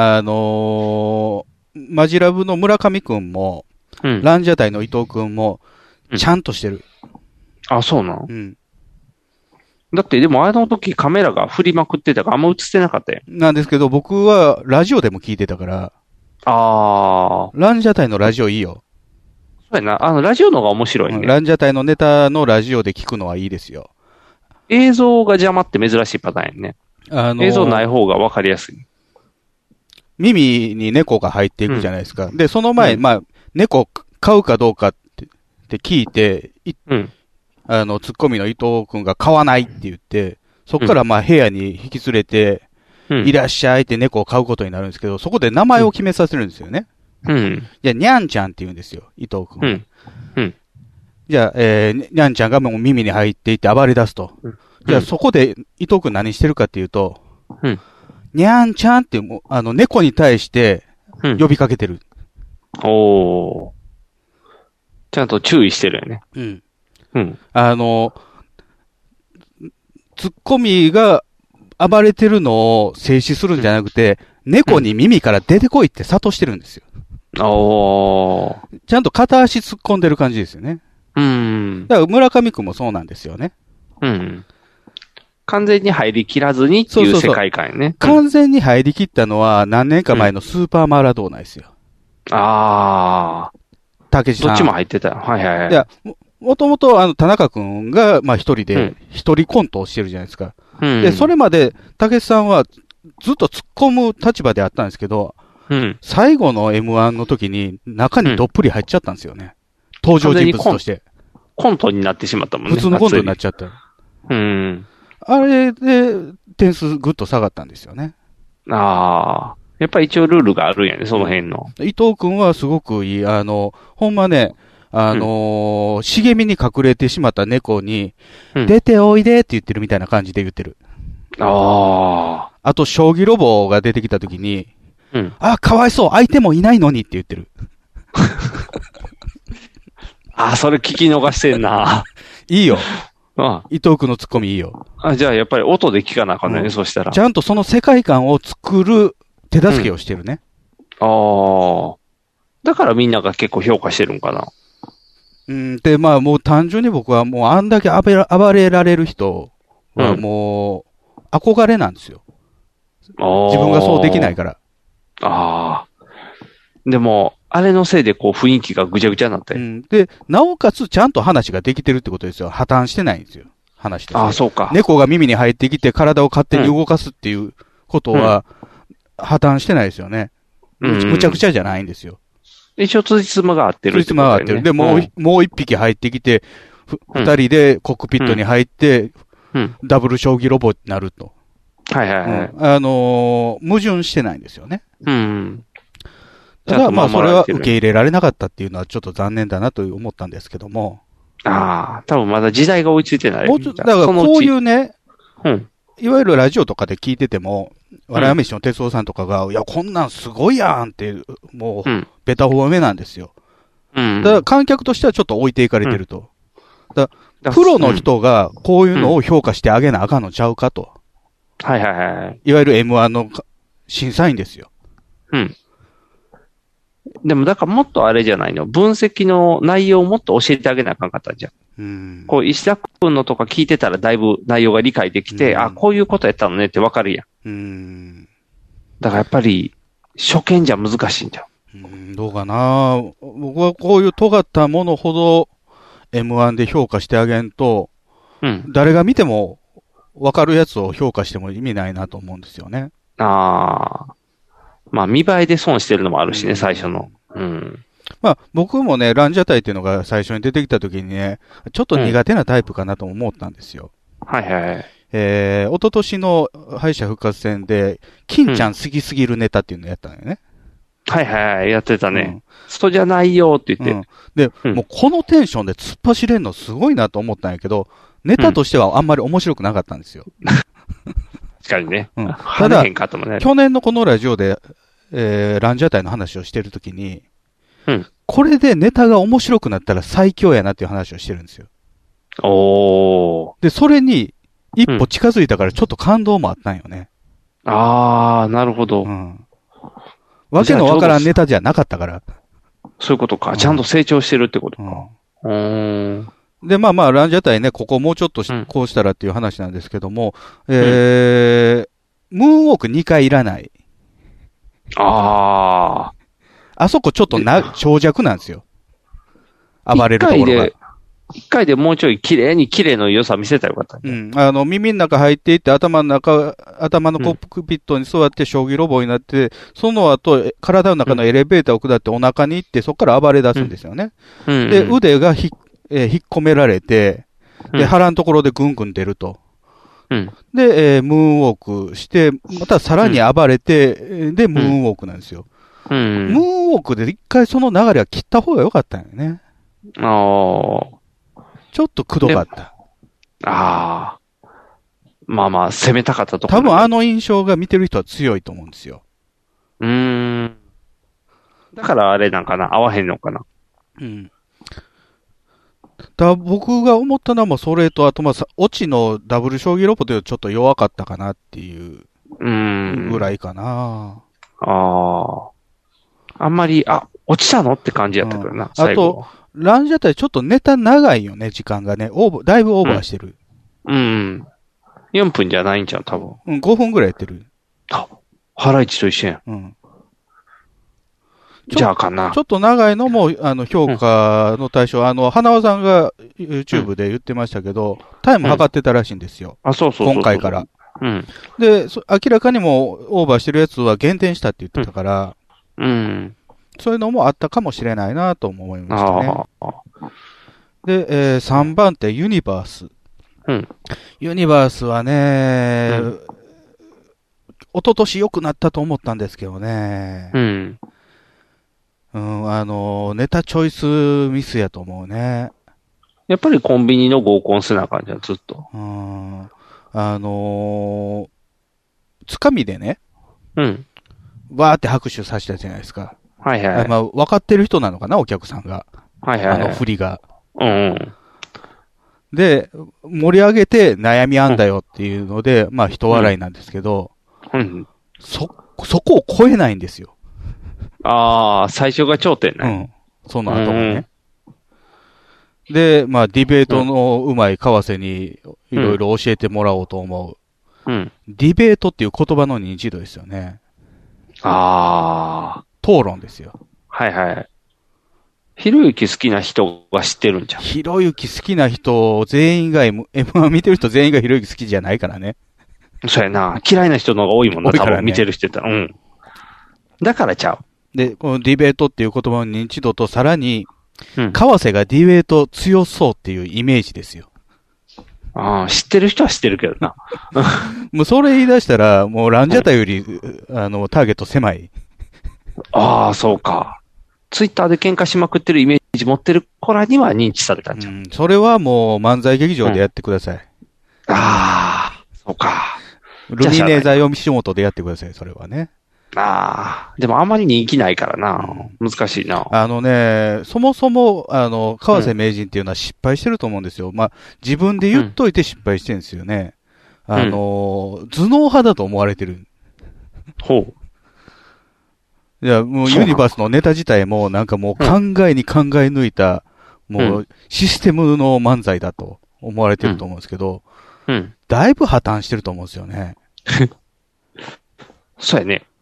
マジラブの村上くんも、ランジャタイの伊藤くんも、ちゃんとしてる。 あ、そうなの？うん。だって、でもあの時カメラが振りまくってたからあんま映ってなかったよ。 なんですけど、僕はラジオでも聞いてたから。ランジャタイのラジオいいよ。 そうやな。ラジオの方が面白いね。 ランジャタイのネタのラジオで聞くのはいいですよ。 映像が邪魔って珍しいパターンやね。映像ない方が分かりやすい。 耳に猫が入っていくじゃないですか。で、その前、猫飼うかどうかって聞いて、ツッコミの伊藤くんが飼わないって言って、そこから部屋に引き連れて、いらっしゃいって猫を飼うことになるんですけど、そこで名前を決めさせるんですよね。じゃあ、にゃんちゃんって言うんですよ、伊藤くん。じゃあ、にゃんちゃんがもう耳に入っていって暴れ出すと。じゃあ、そこで伊藤くん何してるかっていうと、にゃんちゃんって猫に対して呼びかけてる。 おー。ちゃんと注意してるよね。 ツッコミが暴れてるのを静止するんじゃなくて、猫に耳から出てこいって諭してるんですよ。ちゃんと片足突っ込んでる感じですよね。だから村上くんもそうなんですよね。 完全に入りきらずにっていう世界観ね。 完全に入りきったのは何年か前のスーパーマラドーナですよ。たけしさん。 どっちも入ってた。はいはいはい。 いや、もともと田中くんが、一人で、一人コントをしてるじゃないですか。で、それまで、たけしさんはずっと突っ込む立場であったんですけど、最後の M1 の時に中にどっぷり入っちゃったんですよね。登場人物として。 コントになってしまったもんね。 普通のコントになっちゃった。あれで点数ぐっと下がったんですよね。 やっぱり一応ルールがあるんやね、その辺の。 伊藤くんはすごくいい。ほんまね、茂みに隠れてしまった猫に、出ておいでって言ってるみたいな感じで言ってる。あと、将棋ロボが出てきたときに、かわいそう、相手もいないのにって言ってる。 それ聞き逃してんな。 いいよ。伊藤くんのツッコミいいよ。 じゃあやっぱり音で聞かなあかんね、そしたら。 ちゃんとその世界観を作る手助けをしてるね。 だからみんなが結構評価してるんかな。 で、もう単純に僕はもうあんだけ暴れられる人はもう憧れなんですよ。自分がそうできないから。 でも、あれのせいでこう雰囲気がぐちゃぐちゃになって。 で、なおかつちゃんと話ができてるってことですよ。破綻してないんですよ。話として。 そうか。 猫が耳に入ってきて体を勝手に動かすっていうことは、破綻してないですよね。むちゃくちゃじゃないんですよ。 一応、つじつまが合ってるってことだよね。 つじつまが合ってる。で、もう一匹入ってきて、二人でコックピットに入って、ダブル将棋ロボになると。 はいはいはい。 矛盾してないんですよね。ただ、それは受け入れられなかったっていうのはちょっと残念だなと思ったんですけども。 多分まだ時代が追いついてない。 だからこういうね、いわゆるラジオとかで聞いてても、笑い飯の哲夫さんとかが、いや、こんなんすごいやんって、もう、ベタ褒めなんですよ。だから観客としてはちょっと置いていかれてると。プロの人がこういうのを評価してあげなあかんのちゃうかと。いわゆる M1 の審査員ですよ。 でも、だからもっとあれじゃないの。分析の内容をもっと教えてあげなあかんかったんじゃん。こう、石田君のとか聞いてたらだいぶ内容が理解できて、こういうことやったのねってわかるやん。だからやっぱり、初見じゃ難しいんだよ。 どうかな。僕はこういう尖ったものほど M1 で評価してあげんと、誰が見てもわかるやつを評価しても意味ないなと思うんですよね。 見栄えで損してるのもあるしね、最初の。 僕もね、ランジャタイっていうのが最初に出てきた時にね、ちょっと苦手なタイプかなと思ったんですよ。一昨年の敗者復活戦で、金ちゃん好きすぎるネタっていうのをやったのよね。 やってたね。ストじゃないよって言って。 で、もうこのテンションで突っ走れんのすごいなと思ったんやけど、ネタとしてはあんまり面白くなかったんですよ。 確かにね。 ただ、去年のこのラジオで、ランジャタイの話をしてるときに、これでネタが面白くなったら最強やなっていう話をしてるんですよ。 で、それに一歩近づいたからちょっと感動もあったんよね。 あー、なるほど。 わけのわからんネタじゃなかったから。 そういうことか。ちゃんと成長してるってことか。 で、まあ、ランジャタイね、ここもうちょっとこうしたらっていう話なんですけども、ムーンウォーク2回いらない。あそこちょっと長尺なんですよ。暴れるところが。 一回でもうちょい綺麗の良さ見せたらよかった。 耳の中入っていって頭のコックピットに座って将棋ロボになって、その後、体の中のエレベーターを下ってお腹に行って、そこから暴れ出すんですよね。で、腕が引っ込められて、で、腹のところでぐんぐん出ると。で、ムーンウォークして、またさらに暴れて、で、ムーンウォークなんですよ。ムーンウォークで一回その流れは切った方が良かったんよね。ちょっとくどかった。 まあまあ、攻めたかったところ。 多分あの印象が見てる人は強いと思うんですよ。 だからあれなんかな、合わへんのかな。 僕が思ったのはもうそれと、あとオチのダブル将棋ロボでちょっと弱かったかなっていうぐらいかな。 あんまり、落ちたのって感じやったからな。 あと、ランジャタイちょっとネタ長いよね、時間がね。だいぶオーバーしてる。 4分じゃないんちゃう、多分。 5分ぐらいやってる。 ハライチと一緒やん。じゃあかな。 ちょっと長いのも、評価の対象、花輪さんが YouTube で言ってましたけど、タイム測ってたらしいんですよ。 そう今回から。で、明らかにもオーバーしてるやつは減点したって言ってたから、そういうのもあったかもしれないなと思いましたね。で、3番手、ユニバース。ユニバースはね、一昨年良くなったと思ったんですけどね。ネタチョイスミスやと思うね。 やっぱりコンビニの合コンせな感じはずっと。 つかみでね。わーって拍手させたじゃないですか。まあ、分かってる人なのかな、お客さんが。振りが。で、盛り上げて悩みあんだよっていうので、まあ、人笑いなんですけど、そこを超えないんですよ。 最初が頂点ね。 その後もね。で、まあ、ディベートの上手い川瀬にいろいろ教えてもらおうと思う。ディベートっていう言葉の認知度ですよね。討論ですよ。 ひろゆき好きな人が知ってるんじゃん。 ひろゆき好きな人全員が M1 見てる人全員がひろゆき好きじゃないからね。 そうやな。嫌いな人の方が多いもんな、多分見てる人って言ったら。だからちゃう。 で、このディベートっていう言葉の認知度とさらに、川瀬がディベート強そうっていうイメージですよ。 知ってる人は知ってるけどな。 もうそれ言い出したら、もうランジャタイより、ターゲット狭い。 そうか。ツイッターで喧嘩しまくってるイメージ持ってる子らには認知されたんじゃん。 それはもう漫才劇場でやってください。 そうか。 ルミネーザー読み仕事でやってください、それはね。 でもあんまり人気ないからな。難しいな。 そもそも、川瀬名人っていうのは失敗してると思うんですよ。まあ、自分で言っといて失敗してるんですよね。頭脳派だと思われてる。いや、もうユニバースのネタ自体もなんかもう考えに考え抜いた、もうシステムの漫才だと思われてると思うんですけど、だいぶ破綻してると思うんですよね。 そうやね。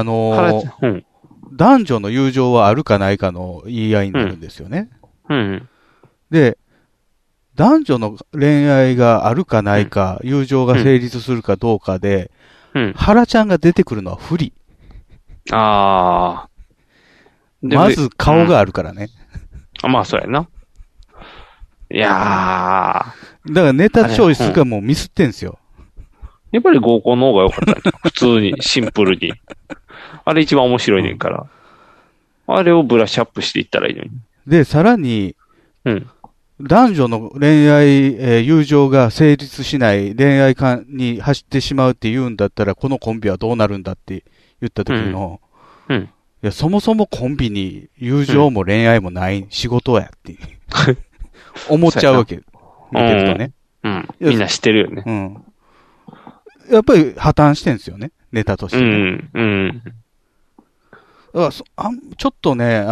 男女の友情はあるかないかの言い合いになるんですよね。で、男女の恋愛があるかないか、友情が成立するかどうかで、原ちゃんが出てくるのは不利。まず顔があるからね。 まあそうやな。いやだからネタチョイスがもうミスってんすよ。 やっぱり合コンの方が良かったね。普通に、シンプルに。あれ一番面白いねんから。あれをブラッシュアップしていったらいいのに。 で、さらに、男女の恋愛、友情が成立しない恋愛観に走ってしまうって言うんだったら、このコンビはどうなるんだって言った時の、いや、そもそもコンビに友情も恋愛もない仕事やって思っちゃうわけ。 見てるとね。 うん。みんな知ってるよね。 うん。やっぱり破綻してんですよね。ネタとして、ね。うん。だからちょっとね、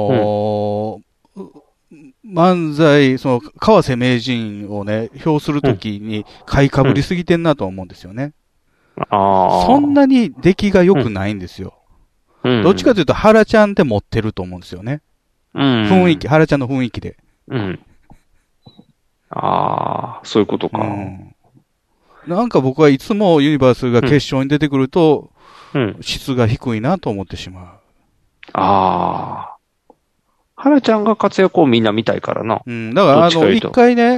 漫才、川瀬名人をね、評するときに買いかぶりすぎてんなと思うんですよね。そんなに出来が良くないんですよ。どっちかというと、原ちゃんで持ってると思うんですよね。雰囲気、原ちゃんの雰囲気で。 そういうことか。 なんか僕はいつもユニバースが決勝に出てくると、質が低いなと思ってしまう。 原ちゃんが活躍をみんな見たいからな。 だから一回ね、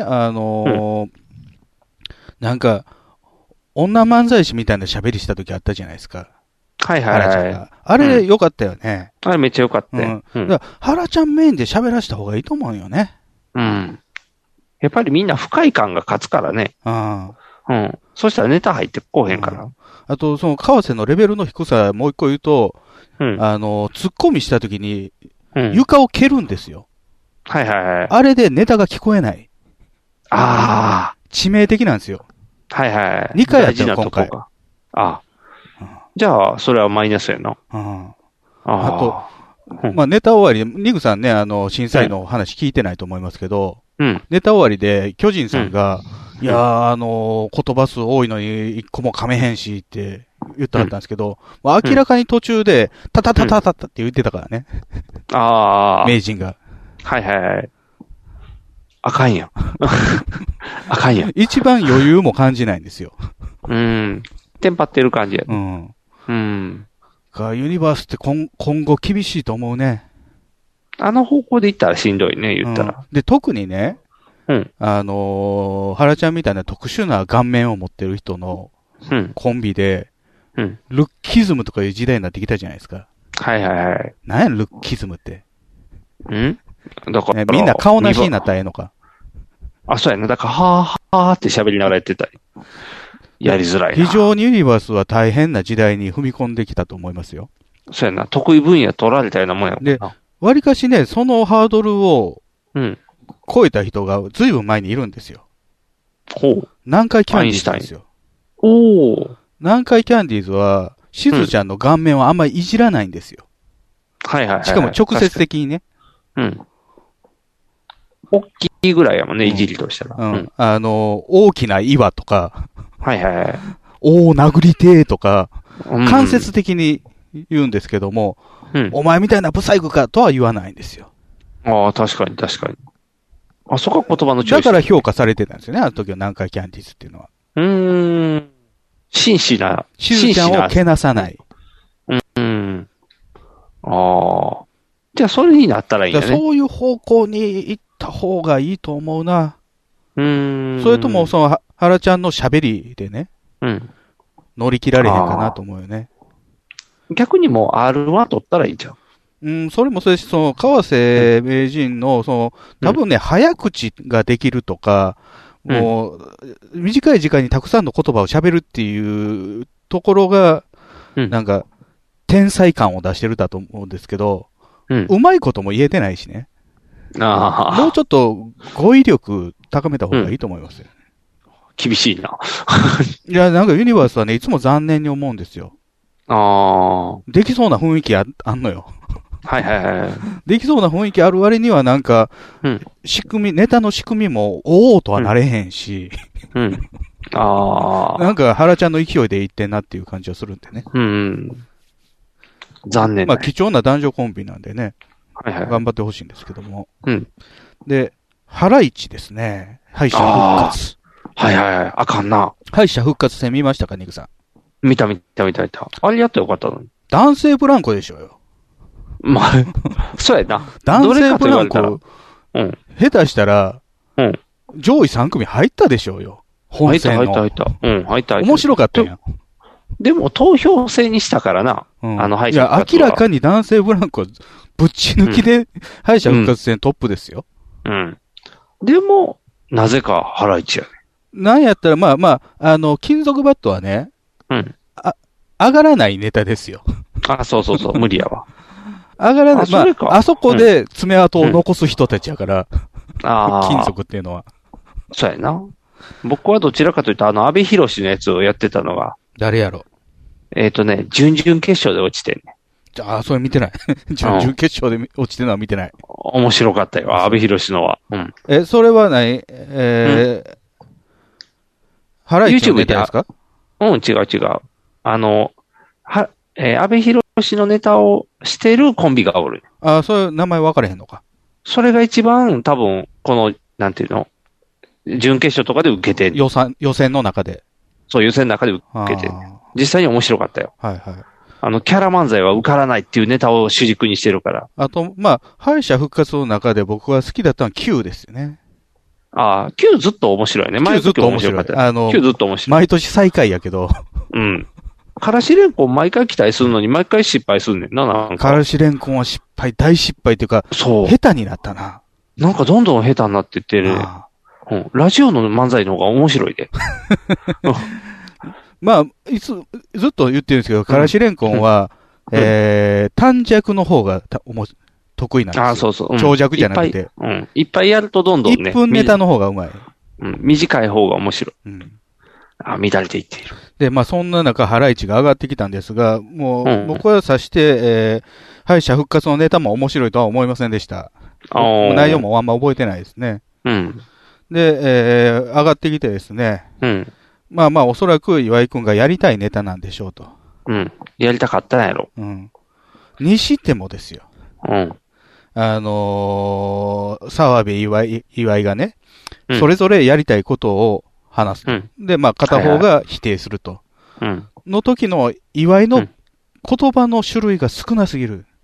なんか、女漫才師みたいな喋りした時あったじゃないですか。 はいはいはい。 あれ良かったよね。 あれめっちゃ良かったよ。 だから原ちゃんメインで喋らせた方がいいと思うよね。 やっぱりみんな不快感が勝つからね。そしたらネタ入ってこうへんから。 あと、川瀬のレベルの低さ、もう一個言うと、ツッコミした時に、床を蹴るんですよ。 はいはいはい。 あれでネタが聞こえない。致命的なんですよ。 はいはい。 2回やったよ、今回。 じゃあ、それはマイナスやな。 あと、ネタ終わり、ニグさんね、審査員の話聞いてないと思いますけど、ネタ終わりで、巨人さんが、いやー、言葉数多いのに一個も噛めへんしって言ってはったんですけど、明らかに途中で、タタタタタタって言ってたからね。名人が。 はいはいはい。あかんやん。あかんやん。 一番余裕も感じないんですよ。 テンパってる感じや。 ユニバースって今後厳しいと思うね。 あの方向で行ったらしんどいね、言ったら。 で、特にね、原ちゃんみたいな特殊な顔面を持ってる人のコンビで、ルッキズムとかいう時代になってきたじゃないですか。 はいはいはい。 何やルッキズムって。 だから、 みんな顔なしになったらええのか。 そうやね。だから、はーって喋りながらやってたり。やりづらいな。 非常にユニバースは大変な時代に踏み込んできたと思いますよ。 そうやな。得意分野取られたようなもんやもんな。 で、割かしね、そのハードルを、超えた人がずいぶん前にいるんですよ。南海キャンディーズですよ。南海キャンディーズは、しずちゃんの顔面はあんまりいじらないんですよ。しかも直接的にね。 大きいぐらいやもんね、いじりとしたら。 大きな岩とか、 はいはいはい。 殴りてーとか、間接的に言うんですけども、お前みたいなブサイクかとは言わないんですよ。 確かに確かに。そこは言葉のチョイス。 だから評価されてたんですよね、あの時は南海キャンディーズっていうのは。 真摯な。 しずちゃんをけなさない。 じゃあそれになったらいいんだね。 そういう方向に行った方がいいと思うな。それとも、原ちゃんの喋りでね。乗り切られへんかなと思うよね。 逆にもう R1 取ったらいいじゃん。 それもそうですし、川瀬名人の、多分ね、早口ができるとか、もう、短い時間にたくさんの言葉を喋るっていうところが、なんか、天才感を出してるだと思うんですけど、うまいことも言えてないしね。もうちょっと語彙力高めた方がいいと思いますよ。 厳しいな。 いや、なんかユニバースはね、いつも残念に思うんですよ。できそうな雰囲気あんのよ。 はいはいはい。 できそうな雰囲気ある割にはなんか、ネタの仕組みも、おーとはなれへんし。なんか原ちゃんの勢いでいってんなっていう感じはするんでね。 残念。 貴重な男女コンビなんでね。頑張ってほしいんですけども。で、ハライチですね。敗者復活。 あかんな。 敗者復活戦見ましたか、ニグさん。見た。あれやったらよかったのに。 男性ブランコでしょうよ。 そうやな。 男性ブランコ、下手したら、上位3組入ったでしょうよ。本戦の。 入った。 面白かったやん。 でも投票制にしたからな。敗者復活。いや、明らかに男性ブランコ、ぶっち抜きで、敗者復活戦トップですよ。 でも、なぜかハライチやね。 なんやったら、金属バットはね、上がらないネタですよ。 そう、無理やわ。 上がらない。あそこで爪痕を残す人たちやから、金属っていうのは。 そうやな。僕はどちらかというと、阿部寛のやつをやってたのが。 誰やろ？ 準々決勝で落ちてんね。 それ見てない。準々決勝で落ちてるのは見てない。 面白かったよ、阿部寛のは。うん。 それは何ハライチのネタですか？ うん、違う。阿部寛のネタをしてるコンビがおる。 そういう名前分かれへんのか。 それが一番多分、この、なんていうの？準決勝とかで受けて予選の中で。 そう、予選の中で受けて実際に面白かったよ。 はいはい。 キャラ漫才は受からないっていうネタを主軸にしてるから。 あと、敗者復活の中で僕が好きだったのは Q ですよね。 Q ずっと面白いね。 Q ずっと面白かった。 Q ずっと面白い。 毎年最下位やけど。 うん。からしれんこん毎回期待するのに毎回失敗するねんな、なんか。 からしれんこんは大失敗っていうか、 そう。 下手になったな。 なんかどんどん下手になってってる。うん。ラジオの漫才の方が面白いで。 ずっと言ってるんですけど、からしれんこんは、短尺の方が得意なんですよ。そう。長尺じゃなくて。 いっぱいやるとどんどんね。 1分ネタの方がうまい。 短い方が面白い。乱れていっている。 で、そんな中、ハライチが上がってきたんですが、もう、僕はさして、敗者復活のネタも面白いとは思いませんでした。内容もあんま覚えてないですね。で、上がってきてですね。おそらく岩井くんがやりたいネタなんでしょうと。 やりたかったんやろ。 にしてもですよ。澤部岩井がね、それぞれやりたいことを話す。で、片方が否定すると。の時の岩井の言葉の種類が少なすぎる。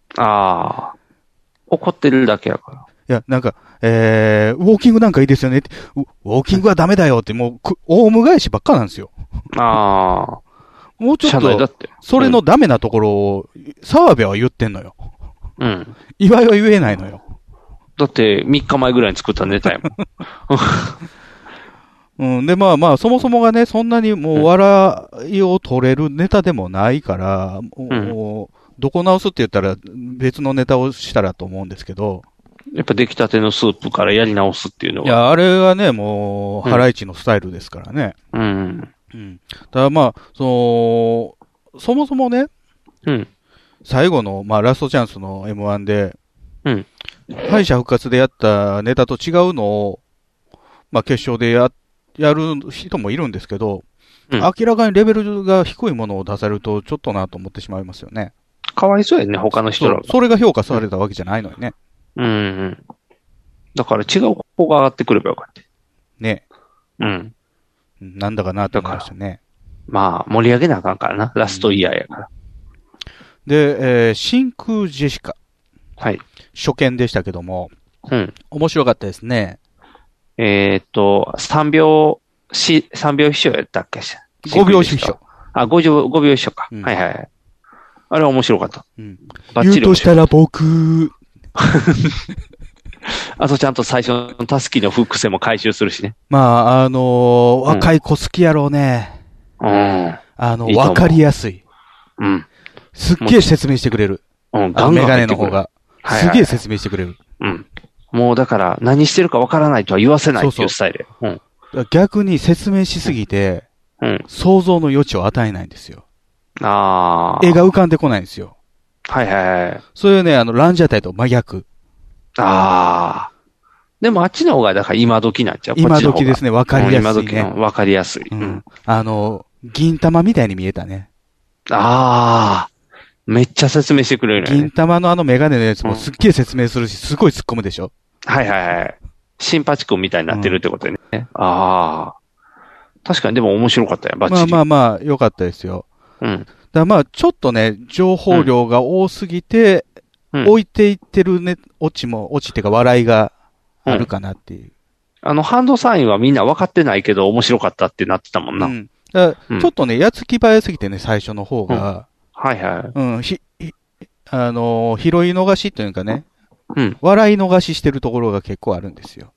怒ってるだけやから。 いや、なんか、ウォーキングなんかいいですよねって。ウォーキングはダメだよって、もう、オウム返しばっかなんですよ。もうちょっと、それのダメなところを、澤部は言ってんのよ。岩井は言えないのよ。 だって、3日前ぐらいに作ったネタやもん。で、そもそもがね、そんなにもう笑いを取れるネタでもないから、もう、どこ直すって言ったら別のネタをしたらと思うんですけど。 やっぱ出来たてのスープからやり直すっていうのは。 いや、あれはね、もう、ハライチのスタイルですからね。ただそもそもね、最後の、ラストチャンスの M1 で、敗者復活でやったネタと違うのを、決勝でやる人もいるんですけど、明らかにレベルが低いものを出されると、ちょっとなと思ってしまいますよね。 かわいそうやね、他の人らが。 それが評価されたわけじゃないのにね。 だから違う子が上がってくればよかった。 ね。なんだかなって思いましたね。 盛り上げなあかんからな。ラストイヤーやから。 で、真空ジェシカ。 はい。 初見でしたけども。面白かったですね。 3秒秘書やったっけ ?5 秒秘書。 5秒秘書か。はいはい。あれは面白かった。 言うとしたら僕。 あとちゃんと最初のタスキのフックセも回収するしね。 若い子好きやろうね。わかりやすい。すっげえ説明してくれる。メガネの方が。すげえ説明してくれる。 もうだから何してるかわからないとは言わせないっていうスタイル。 逆に説明しすぎて、想像の余地を与えないんですよ。絵が浮かんでこないんですよ。そういうね、ランジャタイと真逆。 でもあっちの方が、だから今時なんちゃう？ 今時ですね、わかりやすいね。 わかりやすい。 銀玉みたいに見えたね。 めっちゃ説明してくれるね。 銀玉のメガネのやつもすっげえ説明するし、すごい突っ込むでしょ？ シンパチ君みたいになってるってことでね。確かにでも面白かったよ、バッチリ。良かったですよ。ちょっとね、情報量が多すぎて、置いていってるね、オチっていうか笑いがあるかなっていう。 ハンドサインはみんな分かってないけど面白かったってなってたもんな。 ちょっとね、やつき早すぎてね、最初の方が。拾い逃しというかね、笑い逃ししてるところが結構あるんですよ。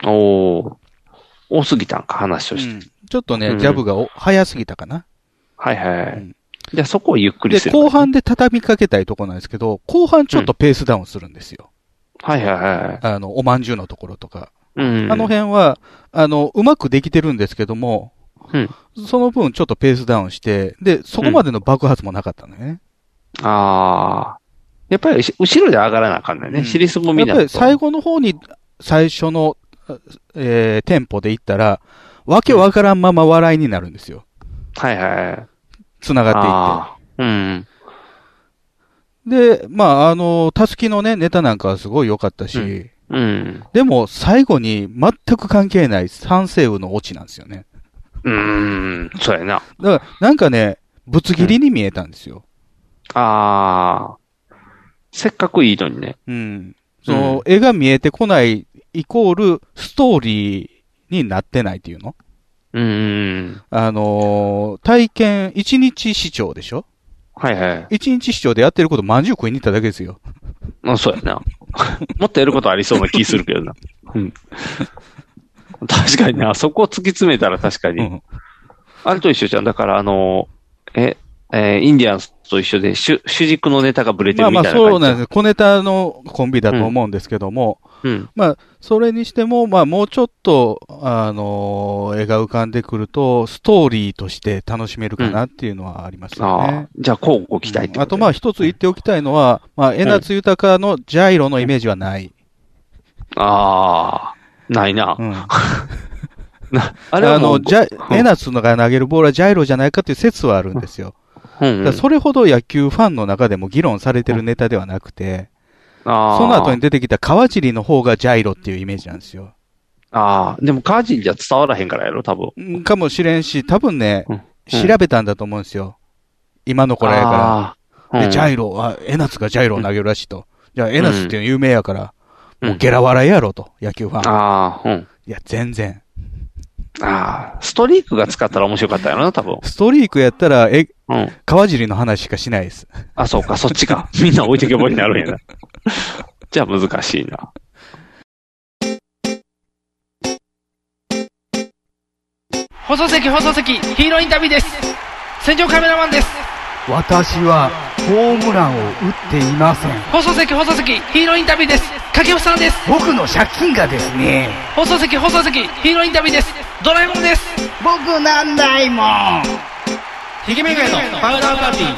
多すぎたんか、話として。 ちょっとね、ジャブが早すぎたかな。 じゃあそこをゆっくりする。 で、後半で畳みかけたいところなんですけど、後半ちょっとペースダウンするんですよ。おまんじゅうのところとか。 うん。 あの辺は、うまくできてるんですけども、 うん。 その分ちょっとペースダウンして、で、そこまでの爆発もなかったのね。 ああ。やっぱり後ろで上がらなあかんないね。尻すぼみだと。 やっぱり最後の方に最初の、テンポでいったら、わけわからんまま笑いになるんですよ。 はいはい。 繋がっていって。 うん。 で、まあ、たすきのね、ネタなんかはすごい良かったし、 うん。 でも最後に全く関係ない三星雨のオチなんですよね。 そうやな。 だから、なんかね、ぶつ切りに見えたんですよ。 ああ。せっかくいいのにね。 絵が見えてこないイコールストーリーになってないっていうの？体験、一日視聴でしょ？ はいはい。 一日視聴でやってることまんじゅう食いに行っただけですよ。 そうやな。もっとやることありそうな気するけどな。確かにな、そこを突き詰めたら確かに。あれと一緒じゃん。だからインディアンスと一緒で主軸のネタがブレてるみたいな感じ。 そうなんです。小ネタのコンビだと思うんですけども、それにしても、もうちょっと、絵が浮かんでくると、ストーリーとして楽しめるかなっていうのはありますよね。 じゃあ、こうご期待ってことあと、一つ言っておきたいのは、江夏豊のジャイロのイメージはない。 ないな。 あれは江夏が投げるボールはジャイロじゃないかっていう説はあるんですよ。それほど野球ファンの中でも議論されてるネタではなくて、その後に出てきた川尻の方がジャイロっていうイメージなんですよ。 でも川尻じゃ伝わらへんからやろ、多分。 かもしれんし、多分ね、調べたんだと思うんですよ。今の頃やから。で、ジャイロ、江夏がジャイロを投げるらしいと。じゃあ、江夏っていうの有名やから、もうゲラ笑いやろと、野球ファン。いや、全然。 ストリークが使ったら面白かったよな、多分。 ストリークやったら、川尻の話しかしないです。 そうか、そっちか。みんな置いてけぼりになるんやな。じゃあ難しいな。 放送席、ヒーローインタビューです。戦場カメラマンです。 私はホームランを打っていません。 放送席、ヒーローインタビューです。掛布さんです。 僕の借金がですね。 放送席、ヒーローインタビューです。ドラえもんです。 僕なんないもん。 ひげめがのパウダーパーティ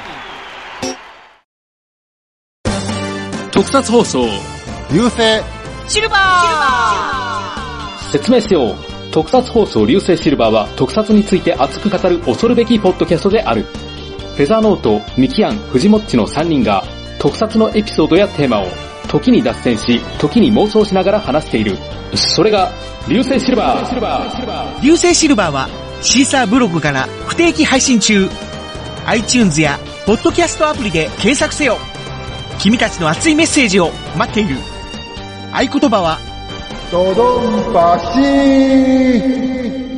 ー。特撮放送流星シルバー。説明しよう。特撮放送流星シルバーは特撮について熱く語る恐るべきポッドキャストである。フェザーノート、ミキアン、フジモッチの3人が特撮のエピソードやテーマを時に脱線し、時に妄想しながら話している。それが流星シルバー。 流星シルバーはシーサーブログから不定期配信中。iTunes やポッドキャストアプリで検索せよ。君たちの熱いメッセージを待っている。合言葉はドドンパシー。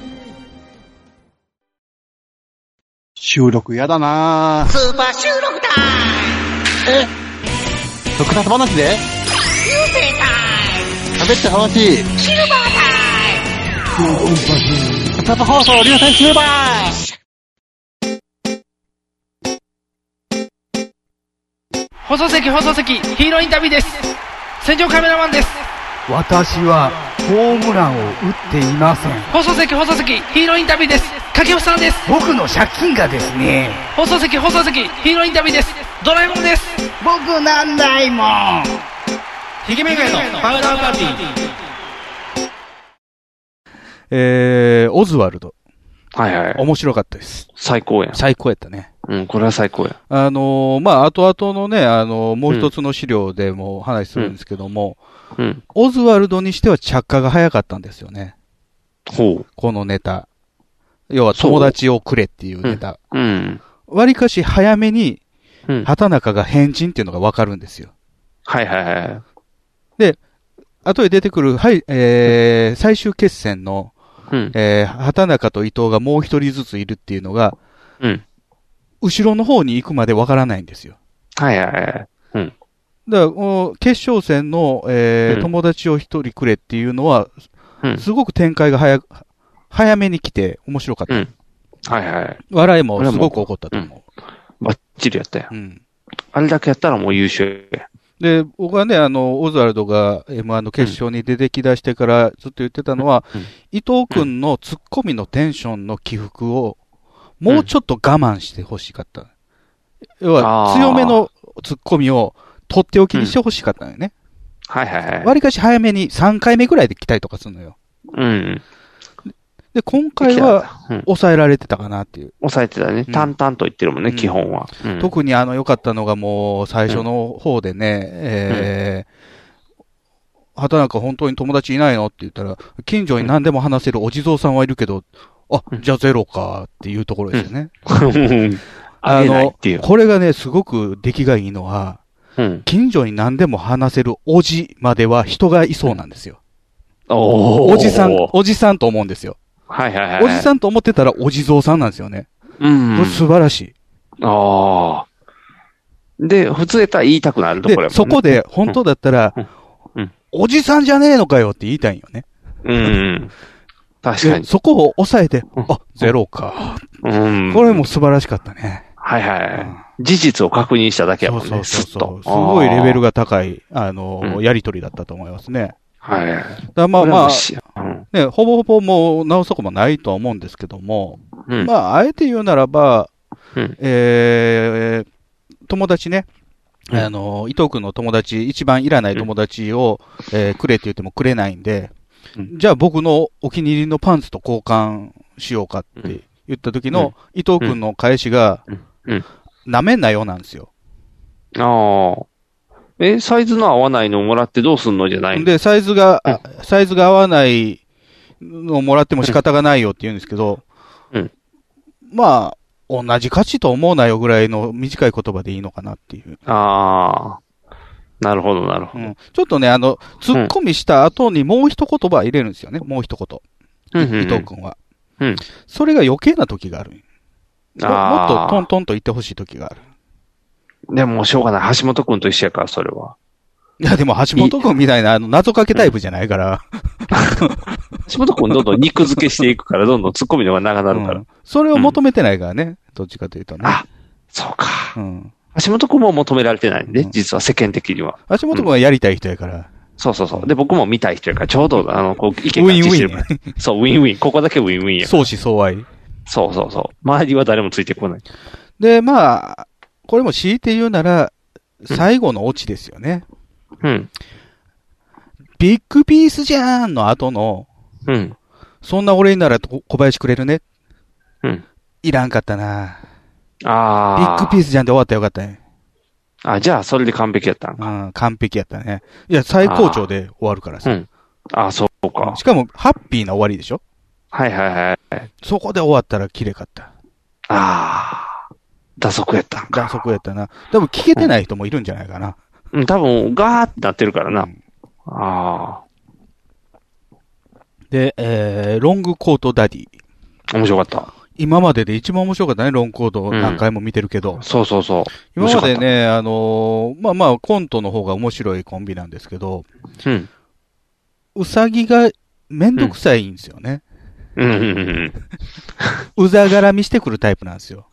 収録やだなぁ。 スーパー収録タイム。 特撮話で流星タイム。 喋ってほしいシルバータイム。 ドドンパシー。特撮放送流星シルバー。 放送席、ヒーローインタビューです。戦場カメラマンです。 私はホームランを打っていません。 放送席、ヒーローインタビューです。掛布さんです。 僕の借金がですね。 放送席、ヒーローインタビューです。ドラえもんです。 僕なんないもん。 ひげめがのパウダーパーティー。オズワルド。面白かったです。 最高やったね。 これは最高や。 後々のね、もう一つの資料でも話するんですけども、オズワルドにしては着火が早かったんですよね。このネタ。要は友達をくれっていうネタ。割かし早めに、畑中が変人っていうのがわかるんですよ。で、後で出てくる、最終決戦の、畑中と伊藤がもう一人ずついるっていうのが、後ろの方に行くまでわからないんですよ。だから、決勝戦の、友達を一人くれっていうのは、すごく展開が早めに来て面白かった。笑いもすごく起こったと思う。 バッチリやったよ。あれだけやったらもう優秀や。 で、僕はね、オズワルドが M1 の決勝に出てき出してからずっと言ってたのは、伊藤くんのツッコミのテンションの起伏を、もうちょっと我慢してほしかった。要は、強めのツッコミを取っておきにしてほしかったのよね。 はいはいはい。 割かし早めに3回目ぐらいで来たりとかするのよ。 うん。 で、今回は、抑えられてたかなっていう。 抑えてたね。淡々と言ってるもんね、基本は。 特に良かったのがもう、最初の方でね、畑中本当に友達いないのって言ったら、近所に何でも話せるお地蔵さんはいるけど、じゃあゼロかっていうところですよね。これがね、すごく出来がいいのは、近所に何でも話せるおじまでは人がいそうなんですよ。おじさんと思うんですよ。 はいはいはい。 おじさんと思ってたらお地蔵さんなんですよね。これ素晴らしい。 で、普通やったら言いたくなるところやもんね。 で、そこで、本当だったら、おじさんじゃねえのかよって言いたいんよね。 確かに。 そこを抑えて、ゼロか。これも素晴らしかったね。 はいはい。事実を確認しただけやもんね。 そう。すごいレベルが高い、やりとりだったと思いますね。 はい。 まあ、ね、ほぼほぼもう直すとこもないとは思うんですけども、まあ、あえて言うならば、友達ね、伊藤くんの友達、一番いらない友達を、くれって言ってもくれないんで、じゃあ僕のお気に入りのパンツと交換しようかって言った時の、伊藤くんの返しが、なめんなよなんですよ。 サイズの合わないのをもらってどうすんのじゃないので、サイズが合わないのをもらっても仕方がないよって言うんですけど、まあ、同じ価値と思うなよぐらいの短い言葉でいいのかなっていう。 なるほど、なるほど。 ちょっとね、ツッコミした後にもう一言葉入れるんですよね。もう一言。伊藤くんは。それが余計な時がある。もっとトントンと言ってほしい時がある。 でもしょうがない。橋本くんと一緒やから、それは。 いや、でも橋本くんみたいな謎かけタイプじゃないから。 橋本くんどんどん肉付けしていくから、どんどんツッコミの方が長なるから。 それを求めてないからね。どっちかというとね。 そうか。橋本くんも求められてないんで、実は世間的には。 橋本くんはやりたい人やから。 そう。で、僕も見たい人やから、ちょうど、こう、意見が一致してるから。そう、ウィンウィン。ここだけウィンウィンや。 相思相愛。 そう。周りは誰もついてこない。 で、まあ、これも強いて言うなら、最後のオチですよね。ビッグピースじゃーんの後の、そんな俺になら小林くれるね。いらんかったな。ビッグピースじゃんで終わったらよかったね。 じゃあ、それで完璧やったんか。 完璧やったね。いや、最高潮で終わるからさ。 そうか。 しかも、ハッピーな終わりでしょ？ はい。 そこで終わったら綺麗かった。 打足やったんか。 打足やったな。多分聞けてない人もいるんじゃないかな。 多分、ガーってなってるからな。 で、ロングコートダディ。 面白かった。 今までで一番面白かったね、ロングコート何回も見てるけど。 そう。 今までね、まあ、コントの方が面白いコンビなんですけど、うさぎがめんどくさいんですよね。うざがらみしてくるタイプなんですよ。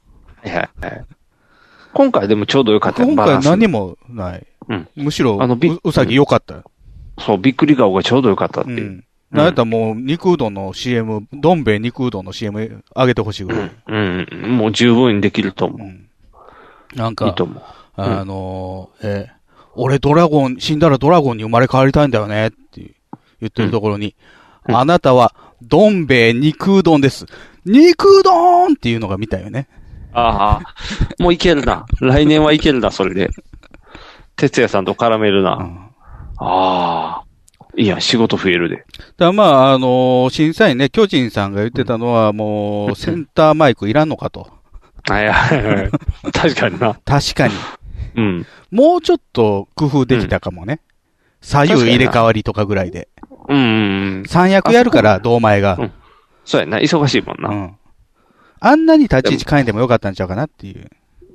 今回でもちょうどよかったよ。 今回何もない。むしろ、うさぎ良かった。 そう、びっくり顔がちょうどよかったっていう。 なんやったらもう、肉うどんの CM、どん兵衛肉うどんの CM 上げてほしいぐらい。 もう十分にできると思う。 なんか、いいと思う。俺死んだらドラゴンに生まれ変わりたいんだよねって言ってるところに、あなたは、どん兵衛肉うどんです。肉うどんっていうのが見たよね。 もういけるな。来年はいけるな、それで。哲也さんと絡めるな。いや、仕事増えるで。 だまあ、審査員ね、巨人さんが言ってたのは、もう、センターマイクいらんのかと。 確かにな。 確かに。もうちょっと工夫できたかもね。左右入れ替わりとかぐらいで。三役やるから、堂前が。 そうやな、忙しいもんな。 あんなに立ち位置変えてもよかったんちゃうかなっていう。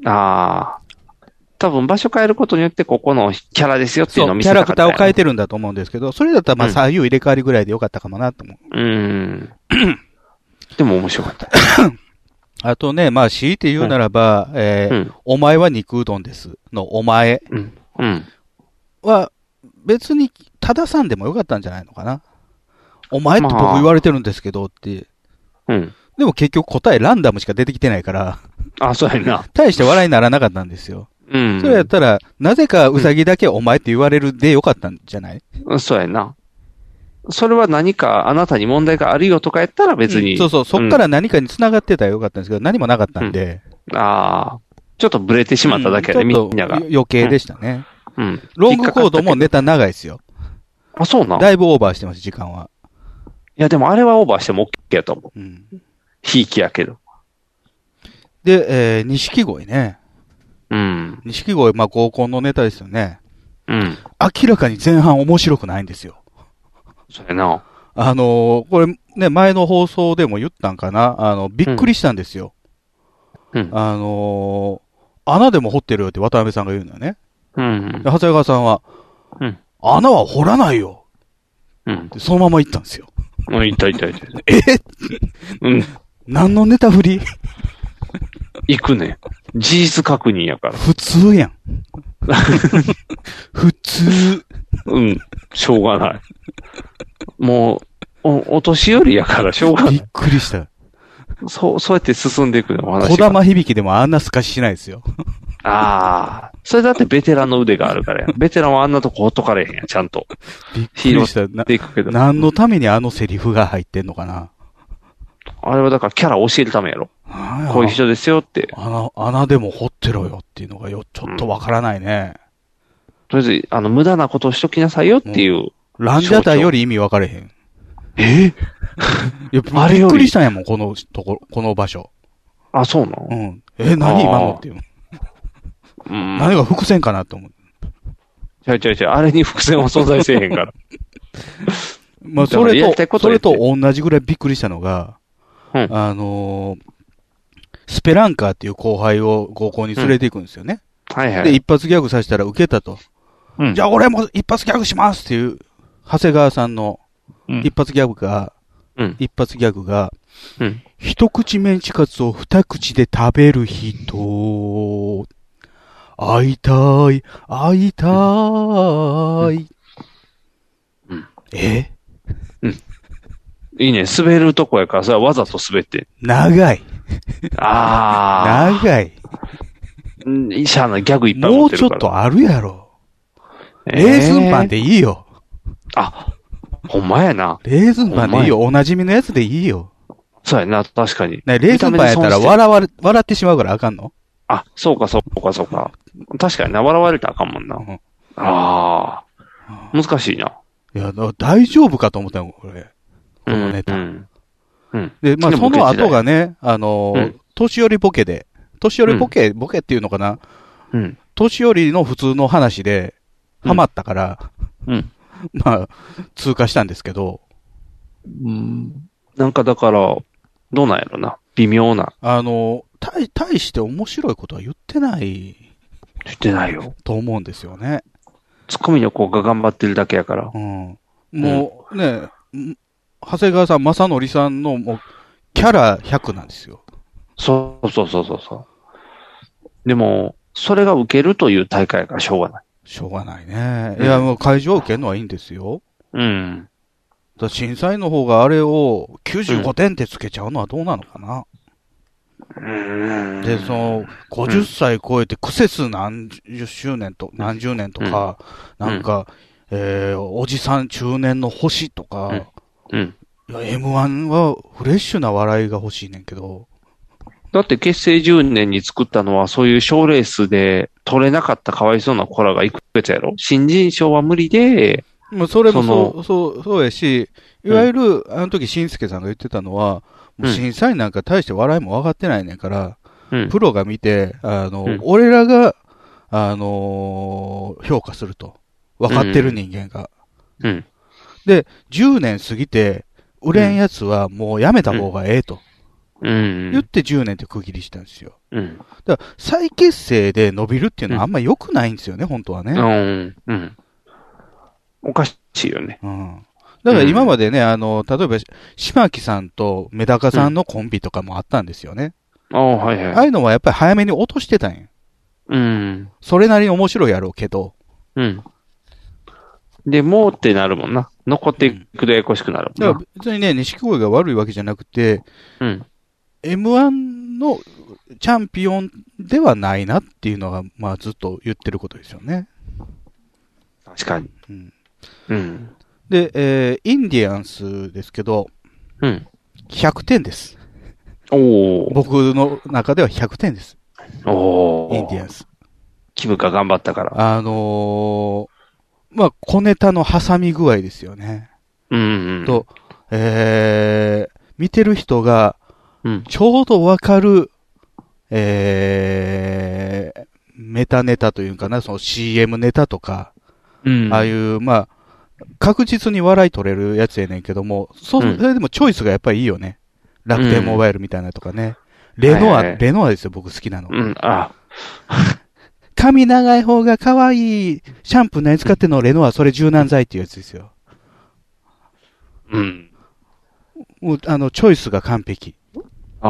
多分場所変えることによってここのキャラですよっていうのを見せたかった、 キャラクターを変えてるんだと思うんですけど、それだったらまあ左右入れ替わりぐらいでよかったかもなと思う。 でも面白かった。 あとね、まあ強いて言うならば、お前は肉うどんですのお前。 は別に正さんでもよかったんじゃないのかな。お前って僕言われてるんですけどって。 うん。 でも結局答えランダムしか出てきてないから。 あ、そうやな。 大して笑いにならなかったんですよ。 うん。 それやったら、なぜかウサギだけお前って言われるでよかったんじゃない？ そうやな。それは何かあなたに問題があるよとかやったら別に。 そうそう、そっから何かに繋がってたらよかったんですけど、何もなかったんで。 ああ。ちょっとブレてしまっただけで、みんなが。 余計でしたね。 うん。 ロングコードもネタ長いですよ。 あ、そうな。 だいぶオーバーしてます、時間は。 いや、でもあれはオーバーしても OK やと思う。うん。ひいきやけど。 で、錦鯉ね。 うん。 錦鯉、まあ合コンのネタですよね。 うん。 明らかに前半面白くないんですよ。 そうやな。 これね、前の放送でも言ったんかな。びっくりしたんですよ。 うん。 穴でも掘ってるよって渡辺さんが言うのよね。 うん。 長谷川さんは、 うん。 穴は掘らないよ。 うん。 そのまま言ったんですよ。 言った。 うん。何のネタ振り行くね。事実確認やから。 普通やん。普通。 うん。しょうがない。もう、お年寄りやからしょうがない。 びっくりした。 そうやって進んでいくの話が。 小玉響きでもあんな透かししないですよ。 ああ。それだってベテランの腕があるからや。ベテランはあんなとこほっとかれへんやん、ちゃんと。 びっくりした。 っていくけど。 何のためにあのセリフが入ってんのかな。 あれはだからキャラ教えるためやろ。こういう人ですよって。 穴でも掘ってろよっていうのがちょっとわからないね。 とりあえず、無駄なことをしときなさいよっていう。 ランジャタイより意味分かれへん。 いや、びっくりしたんやもん、この場所。 あ、そうなの？ うん。何今のっていう。何が伏線かなと思う。 違う。あれに伏線は存在せえへんから。 まあ、それと同じぐらいびっくりしたのが、 うん、 スペランカーっていう後輩を合コンに連れて行くんですよね。 はいはい。 で、一発ギャグさせたら受けたと。 うん、 じゃあ俺も一発ギャグしますっていう、長谷川さんの一発ギャグが、一口メンチカツを二口で食べる人、会いたい。 うん。 うん。 いいね。滑るとこやから、それはわざと滑って。 長い。長い。 しゃあないギャグいっぱい持ってるから。 もうちょっとあるやろ。レーズンパンでいいよ。 あ、ほんまやな。 レーズンパンでいいよ。おなじみのやつでいいよ。 そうやな、確かに。 レーズンパンやったら笑ってしまうからあかんの？ あ、そうか。確かにな、笑われたらあかんもんな。うん、ああ。難しいな。 いや、大丈夫かと思ったよ、これ。このネタ。で、まあ、その後がね、年寄りボケで、年寄りボケっていうのかな。 うん。 年寄りの普通の話で、ハマったから、まあ、通過したんですけど。 なんかだから、どうなんやろな。微妙な。 大して面白いことは言ってない。 言ってないよ。 と思うんですよね。 ツッコミの子が頑張ってるだけやから。 うん。もうね、長谷川さん、正則さんのもう、キャラ100なんですよ。 そう。でも、それが受けるという大会やからしょうがない。 しょうがないね。いや、もう会場受けるのはいいんですよ。 うん。 審査員の方があれを95点ってつけちゃうのはどうなのかな。で、50歳超えて苦節何十年とか、なんか、おじさん中年の星とか、M1 はフレッシュな笑いが欲しいねんけど。 だって結成10年に作ったのはそういう賞レースで取れなかったかわいそうな子らがいくつやろ。新人賞は無理で、 まあそれもそうやし、いわゆる、あの時しんすけさんが言ってたのは、もう審査員なんか大して笑いも分かってないねんから、プロが見て、俺らが、評価すると。分かってる人間が。で、10年過ぎて、売れんやつはもうやめた方がええと。言って10年って区切りしたんですよ。だから再結成で伸びるっていうのはあんま良くないんですよね、本当はね。 おかしいよね。 だから今までね、例えば、島木さんとメダカさんのコンビとかもあったんですよね。ああいうのはやっぱり早めに落としてたんや。それなりに面白いやろうけど。 で、もうってなるもんな。残っていくとややこしくなるもんな。 だから別にね、錦鯉が悪いわけじゃなくて、M1 のチャンピオンではないなっていうのが、まあずっと言ってることですよね。 確かに。 で、インディアンスですけど、100点です。僕の中では100点です。インディアンス。 キムが頑張ったから。 まあ、小ネタの挟み具合ですよね。と、見てる人が、ちょうどわかる、メタネタというかな、その CM ネタとか、ああいう、まあ、確実に笑い取れるやつやねんけども、それでもチョイスがやっぱりいいよね。楽天モバイルみたいなとかね。レノアですよ、僕好きなの。髪長い方が可愛い。シャンプー何使ってんのレノア、それ柔軟剤っていうやつですよ。もう、チョイスが完璧。 じ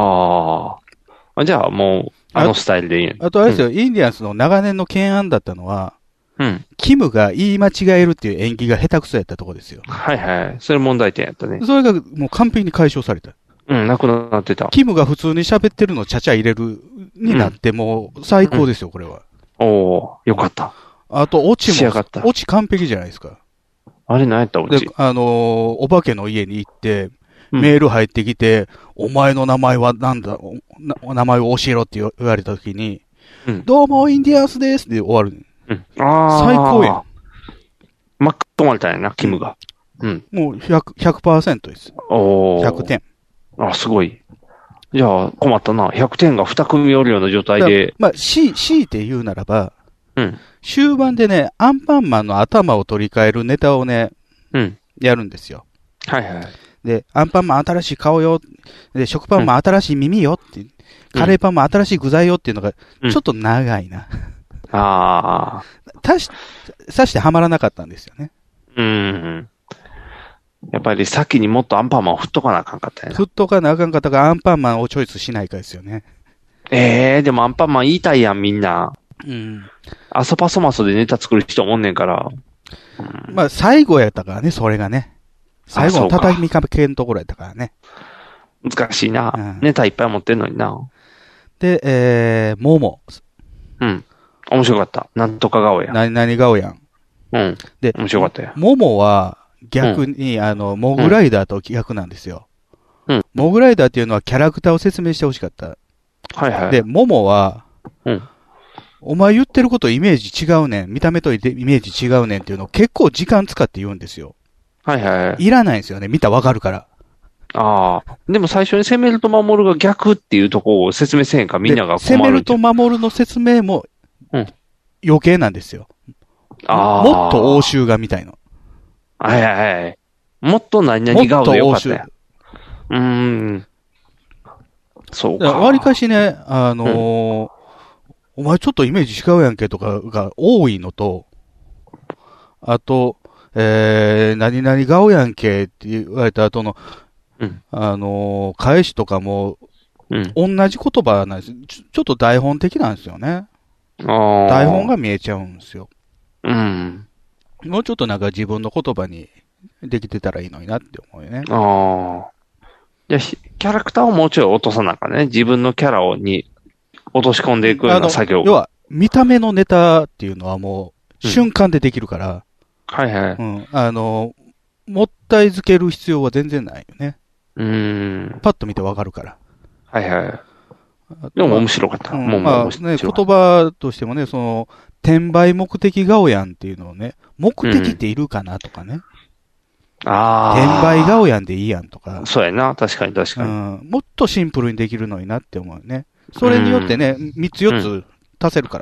ゃあもう、スタイルでいい。 あとあれですよ、インディアンスの長年の懸案だったのは、キムが言い間違えるっていう演技が下手くそやったとこですよ。 はいはい。それ問題点やったね。 それがもう完璧に解消された。 なくなってた。 キムが普通に喋ってるのをちゃちゃ入れるになっても最高ですよ、これは。 よかった。 あと、オチ完璧じゃないですか。 あれ何やったオチ？ お化けの家に行って、メール入ってきて、お前の名前はなんだ、名前を教えろって言われたときに、どうも、インディアンスですで終わる。最高やん。 マック止まれたんやな、キムが。 もう 100% です。100点。 すごい。じゃあ、困ったな。100点が2組おるような状態で。 まあ、強いて言うならば、終盤でね、アンパンマンの頭を取り替えるネタをね、やるんですよ。 はいはい。 で、アンパンマン新しい顔よ。で、食パンマン新しい耳よって、カレーパンマン新しい具材よっていうのが、ちょっと長いな。さしてはまらなかったんですよね。 やっぱり先にもっとアンパンマンを振っとかなあかんかったやな。 振っとかなあかんかったからアンパンマンをチョイスしないかですよね。 でもアンパンマン言いたいやん、みんな。アソパソマソでネタ作る人もおんねんから。 まあ、最後やったからね、それがね。最後の畳みかけのところやったからね。 難しいな。ネタいっぱい持ってんのにな。 で、モモ。 面白かった。なんとか顔やん。 何顔やん。 で、面白かったよ。 モモは、逆に、モグライダーと逆なんですよ。モグライダーっていうのはキャラクターを説明してほしかった。で、モモは、お前言ってることイメージ違うねん。見た目とイメージ違うねんっていうのを結構時間使って言うんですよ。いらないんですよね。見たらわかるから。 でも最初に攻めると守るが逆っていうところを説明せんかみんなが困る。 攻めると守るの説明も、余計なんですよ。もっと欧州がみたいの。 もっと何々顔でよかったや。そうか。 わりかしね、お前ちょっとイメージ違うやんけとかが多いのと、あと、何々顔やんけって言われた後の、返しとかも、同じ言葉なんです。ちょっと台本的なんですよね。台本が見えちゃうんですよ。もうちょっとなんか自分の言葉にできてたらいいのになって思うよね。 じゃキャラクターをもうちょい落とさなかね。自分のキャラに落とし込んでいくような作業。 要は、見た目のネタっていうのはもう、瞬間でできるから、もったいづける必要は全然ないよね。パッと見てわかるから。 でも面白かった。 言葉としてもね、転売目的顔やんっていうのをね、目的っているかなとかね。転売顔やんでいいやんとか。 そうやな、確かに。 もっとシンプルにできるのになって思うよね。それによってね、3つ4つ足せるから。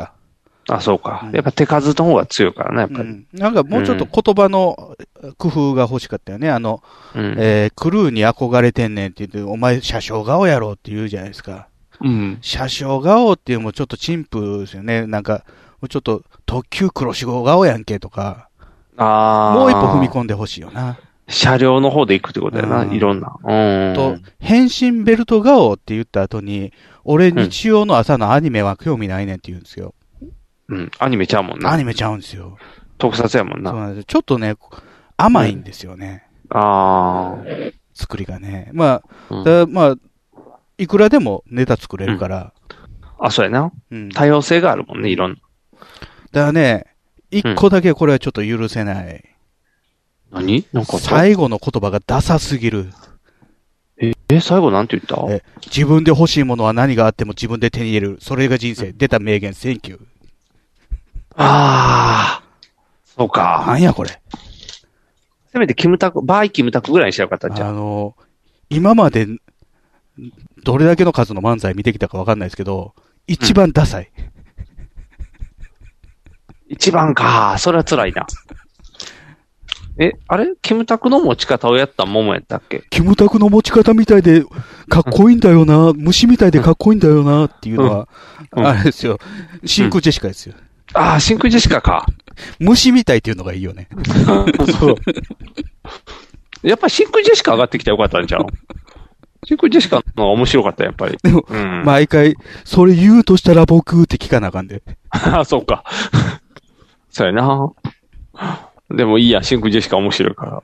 そうか。やっぱ手数の方が強いからね、やっぱり。 なんかもうちょっと言葉の工夫が欲しかったよね。クルーに憧れてんねんって言って、お前車掌顔やろって言うじゃないですか。車掌顔っていうのもちょっと陳腐ですよね。なんか、もうちょっと特急黒志号顔やんけとか。もう一歩踏み込んでほしいよな。 車両の方で行くってことだよな、いろんな。 変身ベルト顔って言った後に、俺日曜の朝のアニメは興味ないねんって言うんですよ。 アニメちゃうもんな。 アニメちゃうんですよ。 特撮やもんな。 そうなんです。ちょっとね、甘いんですよね。作りがね。まあ、いくらでもネタ作れるから。 そうやな。多様性があるもんね、いろんな。 だからね、一個だけこれはちょっと許せない。 何なんか最後の言葉がダサすぎる。 最後なんて言った？ 自分で欲しいものは何があっても自分で手に入れる。それが人生。出た名言、センキュー。 そうか。 なんやこれ。 せめてキムタクぐらいにしようかったんじゃん。 今まで、どれだけの数の漫才見てきたかわかんないですけど、一番ダサい。 一番か。それは辛いな。あれキムタクの持ち方をやったももやったっけ？ キムタクの持ち方みたいでかっこいいんだよな、虫みたいでかっこいいんだよなっていうのは、あれですよ。真空ジェシカですよ。 真空ジェシカか。 虫みたいっていうのがいいよね。 そう。やっぱり真空ジェシカ上がってきたらよかったんちゃう？真空ジェシカの方が面白かったやっぱり。 でも、毎回、それ言うとしたら僕って聞かなあかんで。 そうか。そうやな。でもいいや、真空ジェシカ面白いから。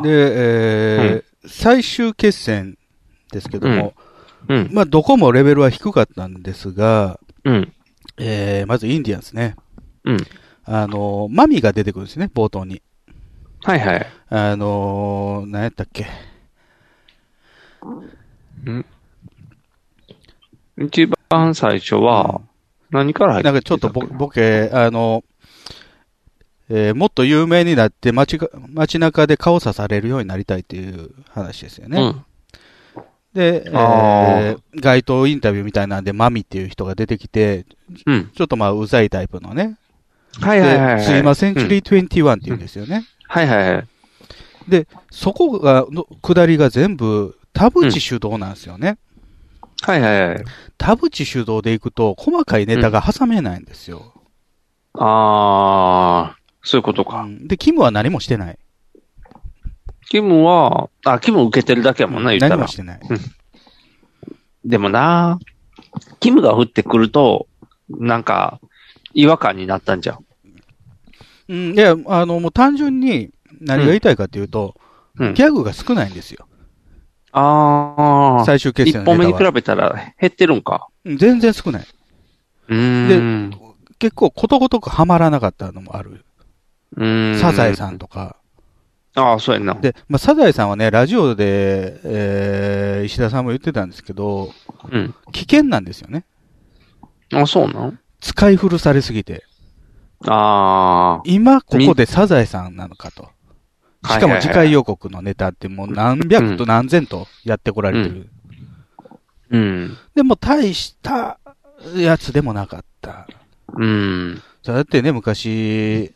で、最終決戦ですけども、まあ、どこもレベルは低かったんですが、まずインディアンスね。マミが出てくるんですね、冒頭に。 はいはい。 何やったっけ。 一番最初は、何から入ってなんかちょっとボケ、もっと有名になって街中で顔刺されるようになりたいっていう話ですよね。で、街頭インタビューみたいなんでマミっていう人が出てきて、ちょっとまあうざいタイプのね。すいません、チュリー21って言うんですよね。で、そこの下りが全部田淵主導なんですよね。田淵主導でいくと細かいネタが挟めないんですよ。 そういうことか。 で、キムは何もしてない。 キム受けてるだけやもんな、言ったら。 何もしてない。 でもな、キムが降ってくると、なんか、違和感になったんじゃん。 いや、もう単純に何が言いたいかっていうと、ギャグが少ないんですよ。最終決戦のネタは。 1本目に比べたら減ってるんか。 全然少ない。で、結構ことごとくハマらなかったのもある。サザエさんとか。 そうやな。 で、まあ、サザエさんはね、ラジオで、石田さんも言ってたんですけど、危険なんですよね。 そうなの？ 使い古されすぎて。今ここでサザエさんなのかと。しかも次回予告のネタってもう何百と何千とやってこられてる。でも大したやつでもなかった。だってね、昔、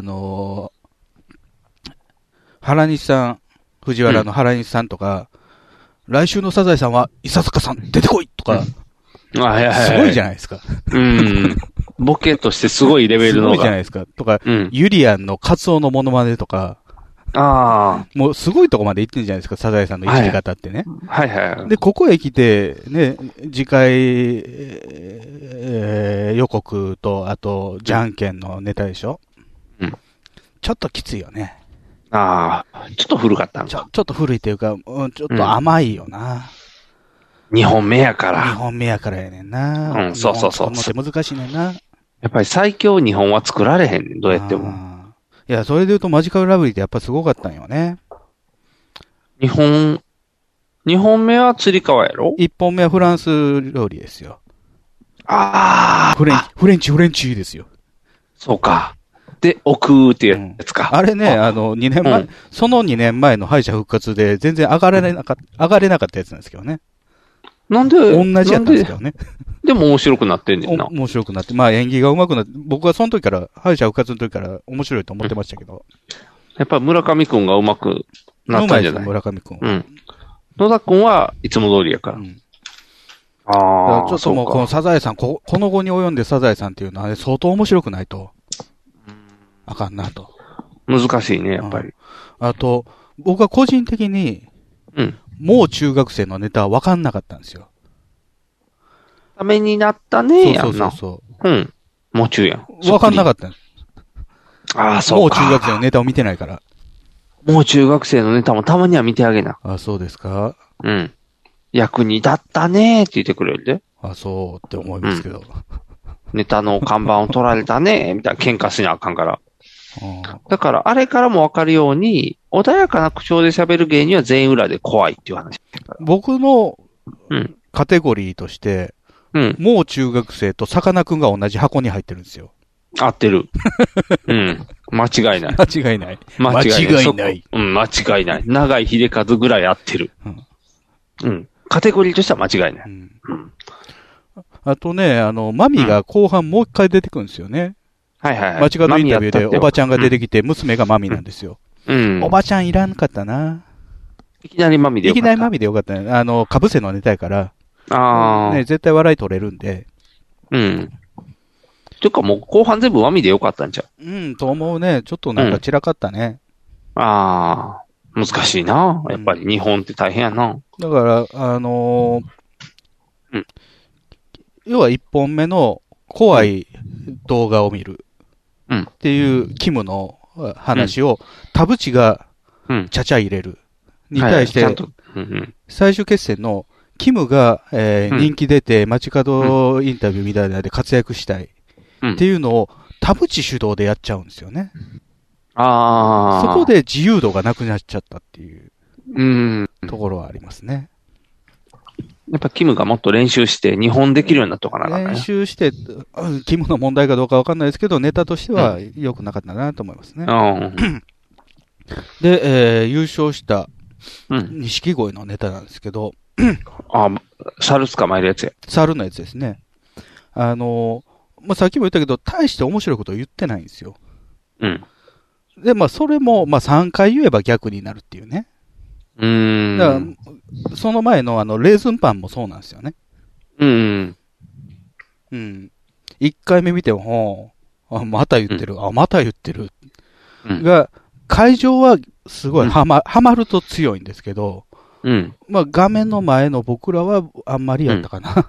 原西さん、藤原の原西さんとか、来週のサザエさんは、伊佐坂さん出てこいとか、すごいじゃないですか。 ボケとしてすごいレベルの。 すごいじゃないですか。とか、ユリアンのカツオのモノマネとか、もうすごいとこまで行ってんじゃないですか、サザエさんの生き方ってね。で、ここへ来て、ね、次回、予告と、あと、じゃんけんのネタでしょ？ちょっときついよね。 ちょっと古かったんか。 ちょっと古いっていうか、ちょっと甘いよな。 2本目やから。 2本目やからやねんな。 そう。 って難しいねんな。 やっぱり最強2本は作られへんねん、どうやっても。 いや、それで言うとマジカルラブリーってやっぱすごかったんよね。 2本目は釣り革やろ？ 1 本目はフランス料理ですよ。フレンチですよ。 そうか。で、奥っていうやつか。 あれね、2年前、その2年前の敗者復活で全然上がれなかったやつなんですけどね。 なんで同じやったんですけどね。 でも面白くなってんねんな。 面白くなって。まあ演技が上手くなって、僕はその時から、敗者復活の時から面白いと思ってましたけど。 やっぱ村上くんが上手くなったんじゃない？ 村上くん。 野田くんはいつも通りやから。 ちょっともうこのサザエさん、この後に及んでサザエさんっていうのはね、相当面白くないと。あかんなと。 難しいね、やっぱり。 あと、僕は個人的に、もう中学生のネタは分かんなかったんですよ。 ためになったね、やんな。 そう。 もう中やん。 分かんなかったんです。 ああ、そうか。 もう中学生のネタを見てないから。 もう中学生のネタもたまには見てあげな。 あ、そうですか。 うん。役に立ったねーって言ってくれるで。 あ、そうって思いますけど。 ネタの看板を取られたねーみたいな喧嘩しなあかんから。だから、あれからもわかるように、穏やかな口調で喋る芸人は全員裏で怖いっていう話。 僕のカテゴリーとして、もう中学生とさかなクンが同じ箱に入ってるんですよ。 合ってる。うん。間違いない。 間違いない。 間違いない。うん、間違いない。長井秀和ぐらい合ってる。うん。カテゴリーとしては間違いない。 あとね、マミが後半もう一回出てくるんですよね。 はいはいはい。 街角インタビューでおばちゃんが出てきて、娘がマミなんですよ。おばちゃんいらんかったな。 いきなりマミでよかった。 いきなりマミでよかったね。かぶせのネタやから。ね、絶対笑い取れるんで。 うん。ていうかもう後半全部マミでよかったんちゃう？うん、と思うね。ちょっとなんか散らかったね。 ああ、難しいな。やっぱり日本って大変やな。 だから、要は一本目の怖い動画を見る。っていうキムの話を、田淵がちゃちゃ入れる。に対して、最終決戦のキムが、人気出て街角インタビューみたいなので活躍したい。っていうのを田淵主導でやっちゃうんですよね。 ああ。 そこで自由度がなくなっちゃったっていうところはありますね。 やっぱキムがもっと練習して日本できるようになったかな。 練習して、キムの問題かどうかわかんないですけど、ネタとしては良くなかったなと思いますね。で、優勝した錦鯉のネタなんですけど、 猿捕まえるやつや。 猿のやつですね。まあ、さっきも言ったけど、大して面白いことを言ってないんですよ。で、まあ、それも、まあ、3回言えば逆になるっていうね。だから、その前のレーズンパンもそうなんですよね。1回目見ても、また言ってる、また言ってる。が、会場はすごいはまると強いんですけど、まあ、画面の前の僕らはあんまりやったかな。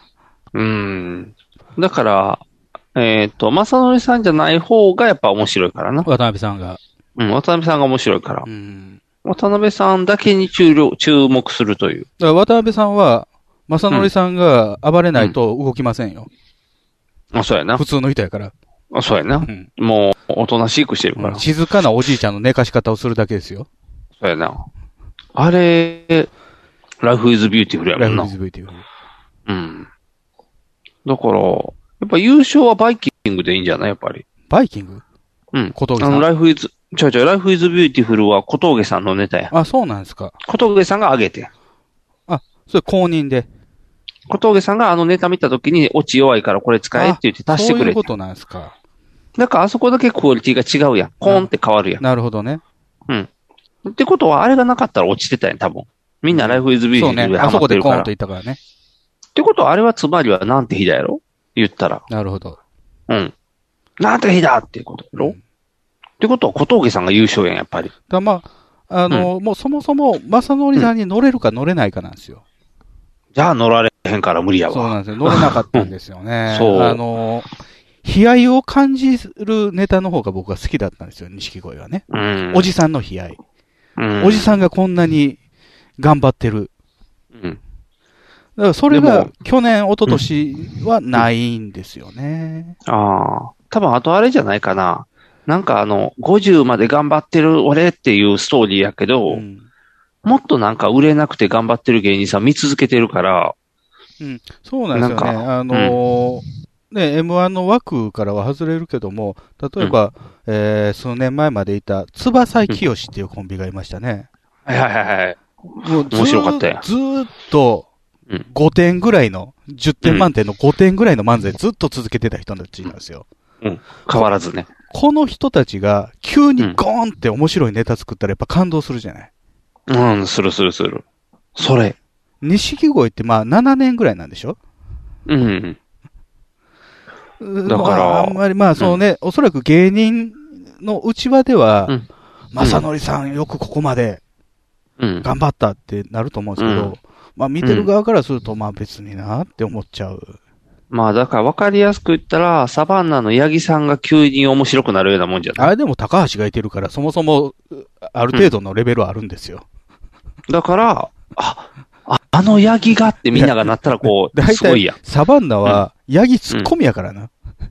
だから、正則さんじゃない方がやっぱ面白いからな。 渡辺さんが。 渡辺さんが面白いから。渡辺さんだけに注目するという。 だから渡辺さんは、正則さんが暴れないと動きませんよ。 そうやな。 普通の人やから。 そうやな。もう、おとなしくしてるから。 静かなおじいちゃんの寝かし方をするだけですよ。 そうやな。あれ、ライフイズビューティフルやもんな。 ライフイズビューティフル。 だから、やっぱ優勝はバイキングでいいんじゃないやっぱり。 バイキング？小峠さん。 ライフイズビューティフルは小峠さんのネタや。 あ、そうなんですか。 小峠さんが上げて。 それ公認で。 小峠さんがネタ見た時に、オチ弱いからこれ使えって言って足してくれて。 そういうことなんですか。 だからあそこだけクオリティが違うやん。コーンって変わるやん。 なるほどね。 ってことは、あれがなかったら落ちてたやん、多分。みんなライフイズビューティフルでハマってるから。 あそこでコーンと言ったからね。 ってことは、あれはつまりはなんて日だやろ言ったら。 なるほど。 なんて日だっていうことやろってことは、小峠さんが優勝やん、やっぱり。 まあ、もうそもそも、正則さんに乗れるか乗れないかなんですよ。 じゃあ乗られへんから無理やわ。 そうなんですよ。乗れなかったんですよね。悲哀を感じるネタの方が僕は好きだったんですよ、錦鯉はね。おじさんの悲哀。おじさんがこんなに頑張ってる。だからそれが去年、一昨年はないんですよね。 多分あとあれじゃないかな。なんか50まで頑張ってる俺っていうストーリーやけど、もっとなんか売れなくて頑張ってる芸人さん見続けてるから、 そうなんですよね。M1 の枠からは外れるけども、例えば、数年前までいた、翼井清っていうコンビがいましたね。 もう面白かったよ。 ずーっと、5点ぐらいの、10点満点の5点ぐらいの漫才ずっと続けてた人たちなんですよ。 変わらずね。 この人たちが、急にゴーンって面白いネタ作ったらやっぱ感動するじゃない。 する。それ。 錦鯉ってまあ7年ぐらいなんでしょ？だから、あんまりおそらく芸人の内輪では、正則さんよくここまで頑張ったってなると思うんですけど、まあ見てる側からするとまあ別になって思っちゃう。 まあだから分かりやすく言ったら、サバンナの八木さんが急に面白くなるようなもんじゃない。 あれでも高橋がいてるから、そもそも、ある程度のレベルはあるんですよ。 だから、あのヤギがってみんながなったらこう、すごいやん。 サバンナは、ヤギツッコミやからな。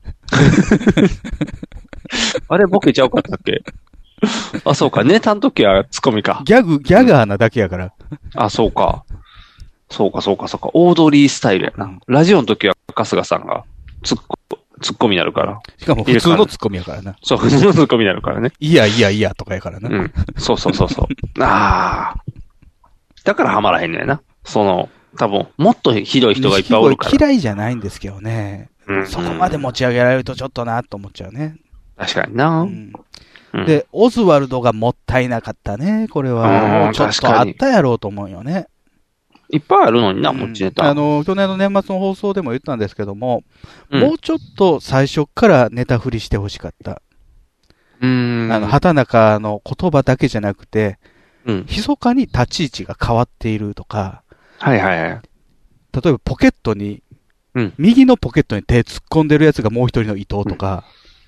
あれボケちゃうかったっけあ、そうか。ネタの時はツッコミか。 ギャガーなだけやから。 あ、そうか。そうか。オードリースタイルやな。ラジオの時は春日さんがツッコミになるから。 しかも普通のツッコミやからな。 そう、普通のツッコミになるからね。 いやとかやからな。 そう。ああ。だからハマらへんのやな。多分、もっとひどい人がいっぱいおるから。 嫌いじゃないんですけどね。そこまで持ち上げられるとちょっとなと思っちゃうね。 確かにな。 で、オズワルドがもったいなかったね。これは。もうちょっとあったやろうと思うよね。 いっぱいあるのにな、持ちネタ。 去年の年末の放送でも言ったんですけども、もうちょっと最初からネタ振りしてほしかった。畑中の言葉だけじゃなくて、密かに立ち位置が変わっているとか、 例えばポケットに、右のポケットに手突っ込んでるやつがもう一人の伊藤とか、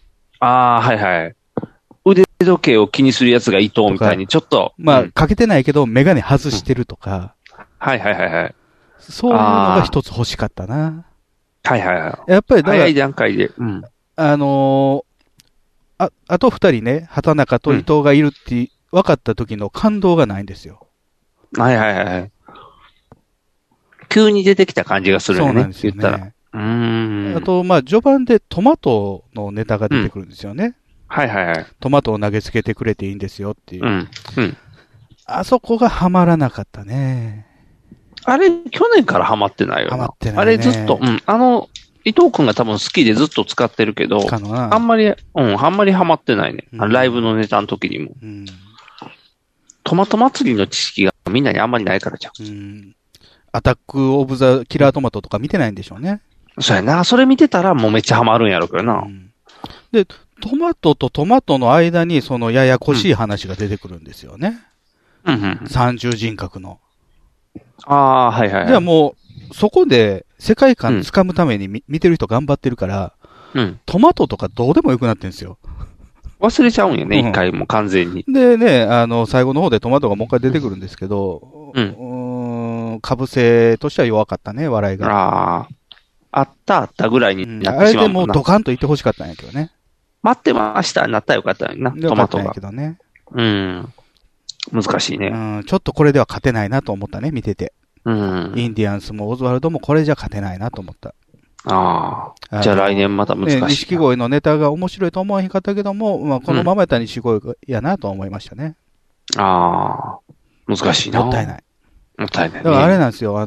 腕時計を気にするやつが伊藤みたいにちょっと。 かけてないけどメガネ外してるとか、そういうのが一つ欲しかったな。やっぱりだから、 早い段階で。 あと二人ね、畑中と伊藤がいるって分かった時の感動がないんですよ。 急に出てきた感じがするよね。 そうなんですよね。 言ったら。 あと、序盤でトマトのネタが出てくるんですよね。トマトを投げつけてくれていいんですよっていう。あそこがハマらなかったね。 あれ、去年からハマってないよな。 ハマってないね。 あれずっと、伊藤くんが多分好きでずっと使ってるけど、あんまりハマってないね。ライブのネタの時にも。トマト祭りの知識がみんなにあんまりないからじゃん。 アタックオブザキラートマトとか見てないんでしょうね。 そうやな。それ見てたらもうめっちゃハマるんやろうけどな。 で、トマトとトマトの間にそのややこしい話が出てくるんですよね。三重人格の。じゃあもう、そこで世界観掴むために見てる人頑張ってるから、トマトとかどうでもよくなってるんですよ。 忘れちゃうんよね、一回も完全に。 でね、最後の方でトマトがもう一回出てくるんですけど、かぶせとしては弱かったね、笑いが。 あったぐらいになってしまうもんな。 あれでもうドカンと言ってほしかったんやけどね。 待ってましたなったらよかったよな、トマトが。 けどね。 難しいね。 ちょっとこれでは勝てないなと思ったね、見てて。インディアンスもオズワルドもこれじゃ勝てないなと思った。 じゃあ来年また難しい。 錦鯉のネタが面白いと思わへんかったけども、このままやったら錦鯉やなと思いましたね。 難しいな。 もったいない。 もったいない。 だからあれなんですよ、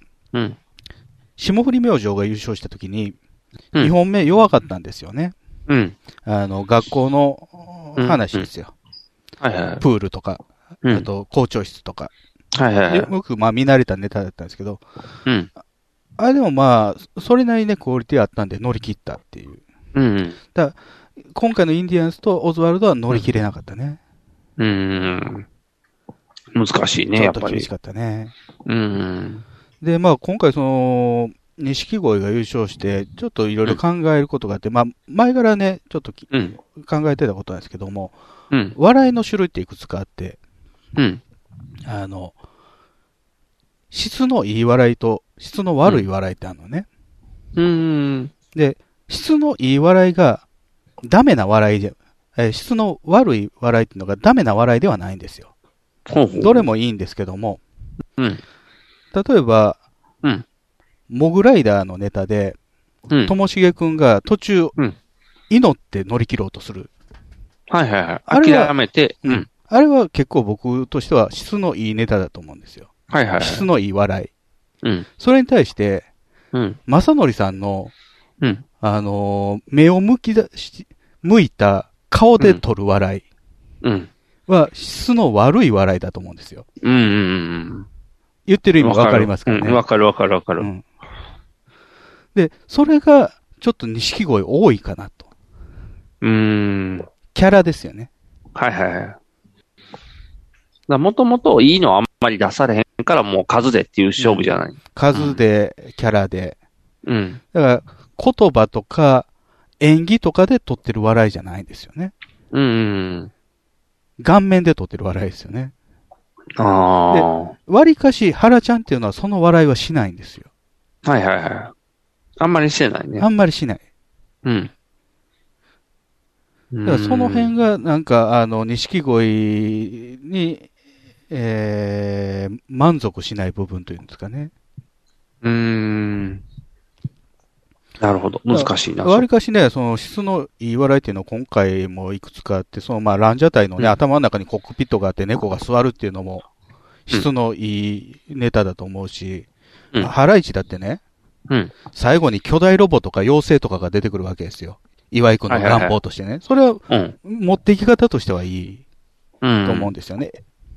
霜降り明星が優勝した時に、2本目弱かったんですよね。学校の話ですよ。プールとか、あと校長室とか。よく見慣れたネタだったんですけど、あれでもそれなりにクオリティあったんで乗り切ったっていう。だ今回のインディアンスとオズワルドは乗り切れなかったね。 難しいね、やっぱり。 ちょっと厳しかったね。で、今回錦鯉が優勝して、ちょっといろいろ考えることがあって、前からね、ちょっと考えてたことなんですけども、笑いの種類っていくつかあって、質のいい笑いと質の悪い笑いってあるのね。で、質のいい笑いがダメな笑いで、質の悪い笑いっていうのがダメな笑いではないんですよ。どれもいいんですけども、例えば、モグライダーのネタで、ともしげくんが途中、祈って乗り切ろうとする。 諦めて、 あれは結構僕としては質のいいネタだと思うんですよ。質のいい笑い。それに対して、正則さんの、目を向いた顔で撮る笑いは質の悪い笑いだと思うんですよ。言ってる意味わかりますかね。 わかる。 で、それがちょっと錦鯉多いかなと。キャラですよね。 もともといいのはあんまり出されへんからもう数でっていう勝負じゃない。 数で、キャラで。 うん。 だから、言葉とか演技とかで撮ってる笑いじゃないんですよね。 うん。 顔面で撮ってる笑いですよね。 ああ。 で、割かし、原ちゃんっていうのはその笑いはしないんですよ。 はいはいはい。あんまりしてないね。 あんまりしない。 うん。 だからその辺が、なんか、錦鯉に、満足しない部分というんですかね。 なるほど。難しいな。 わりかしね、その質のいい笑いっていうのを今回もいくつかあって、そのまあランジャタイのね、頭の中にコックピットがあって猫が座るっていうのも質のいいネタだと思うし、ハライチだってね、最後に巨大ロボとか妖精とかが出てくるわけですよ。岩井くんの願望としてね。それは、持っていき方としてはいいと思うんですよね。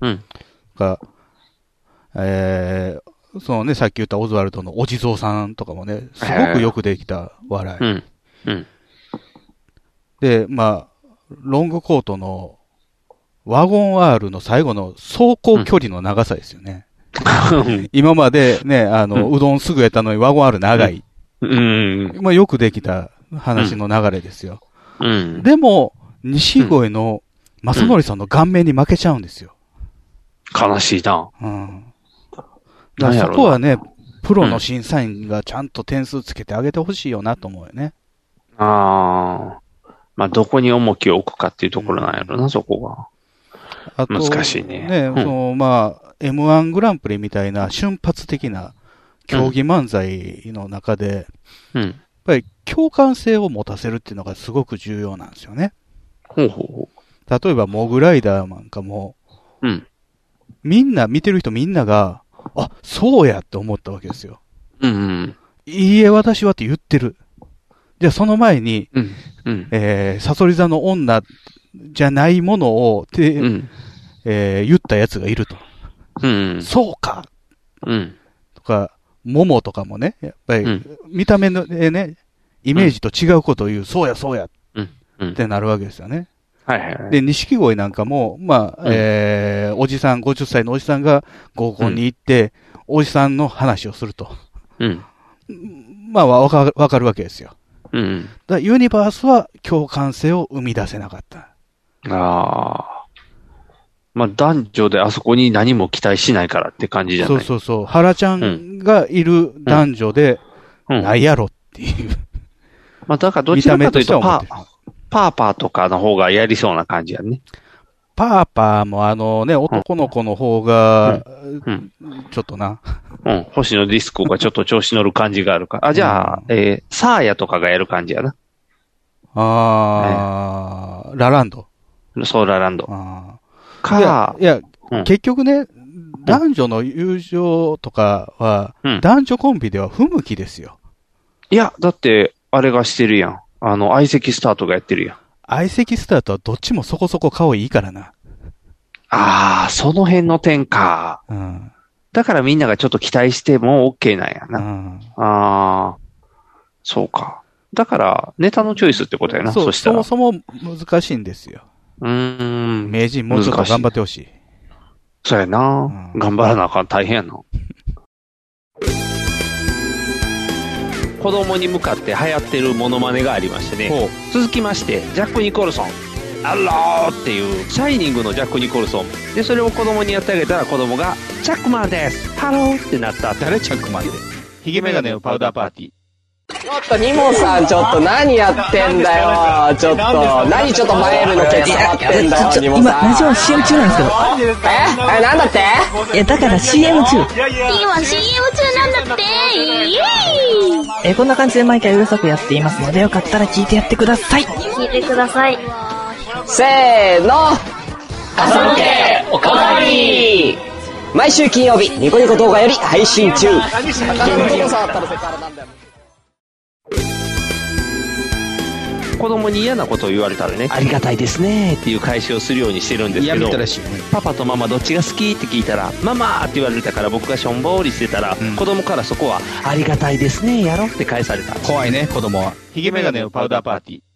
そのね、さっき言ったオズワルドのお地蔵さんとかもね、すごくよくできた笑い。で、まあ、ロングコートのワゴン R の最後の走行距離の長さですよね。今までね、うどんすぐやったのにワゴン R 長い。まあ、よくできた話の流れですよ。でも、錦鯉の正則さんの顔面に負けちゃうんですよ。 悲しいな。 だからそこはね、プロの審査員がちゃんと点数つけてあげてほしいよなと思うよね。 まあ、どこに重きを置くかっていうところなんやろな、そこが。難しいね。 まあ、M1 グランプリみたいな瞬発的な競技漫才の中で、やっぱり共感性を持たせるっていうのがすごく重要なんですよね。例えば、モグライダーなんかも、みんな、見てる人みんなが、あ、そうやって思ったわけですよ。いいえ、私はって言ってる。じゃあその前に、サソリ座の女じゃないものを、言ったやつがいると。そうか、とか、モモとかもね、やっぱり、見た目のね、イメージと違うことを言う、そうやそうや、ってなるわけですよね。で、錦鯉なんかも、まあ、おじさん、50歳のおじさんが合コンに行って、おじさんの話をすると。まあ、わかるわけですよ。だユニバースは共感性を生み出せなかった。 まあ、男女であそこに何も期待しないからって感じじゃない。 そう。原ちゃんがいる男女で、ないやろっていう。 まあ、だからどちらかというと、パーパーとかの方がやりそうな感じやね。 パーパーも男の子の方が、ちょっとな。 星野ディスコがちょっと調子乗る感じがあるから。じゃあ、サーヤとかがやる感じやな。 ラランド。 そう、ラランド。 いや、結局ね、男女の友情とかは、男女コンビでは不向きですよ。 いや、だって、あれがしてるやん。相席スタートがやってるやん。 相席スタートはどっちもそこそこ顔いいからな。 その辺の点か。だからみんながちょっと期待しても OK なんやな。そうか。だから、ネタのチョイスってことやな。そしたら。 そもそも難しいんですよ。名人もうちょっと頑張ってほしい。 そうやな。頑張らなあかん。大変やな。子供に向かって流行ってるモノマネがありましてね。続きまして、ジャック・ニコルソン。アローっていう、シャイニングのジャック・ニコルソン。で、それを子供にやってあげたら子供が、チャックマンです。ハローってなった。誰チャックマンで。 ヒゲメガネのパウダーパーティー。 ちょっとニモさんちょっと何やってんだよ。ちょっと何ちょっとマエルのケツ触ってんだよニモさん。 今ラジオ CM 中なんですけど。 なんだってだから CM 中。 今 CM 中なんだってイエーイ。 こんな感じで毎回うるさくやっていますのでよかったら聞いてやってください。 聞いてください。 せーの。朝向けおかわり。毎週金曜日ニコニコ動画より配信中。 子供に嫌なことを言われたらね、ありがたいですねっていう返しをするようにしてるんですけど、パパとママどっちが好きって聞いたら、ママって言われたから僕がしょんぼりしてたら、子供からそこはありがたいですねやろって返された。 怖いね、子供は。ヒゲメガネのパウダーパーティー。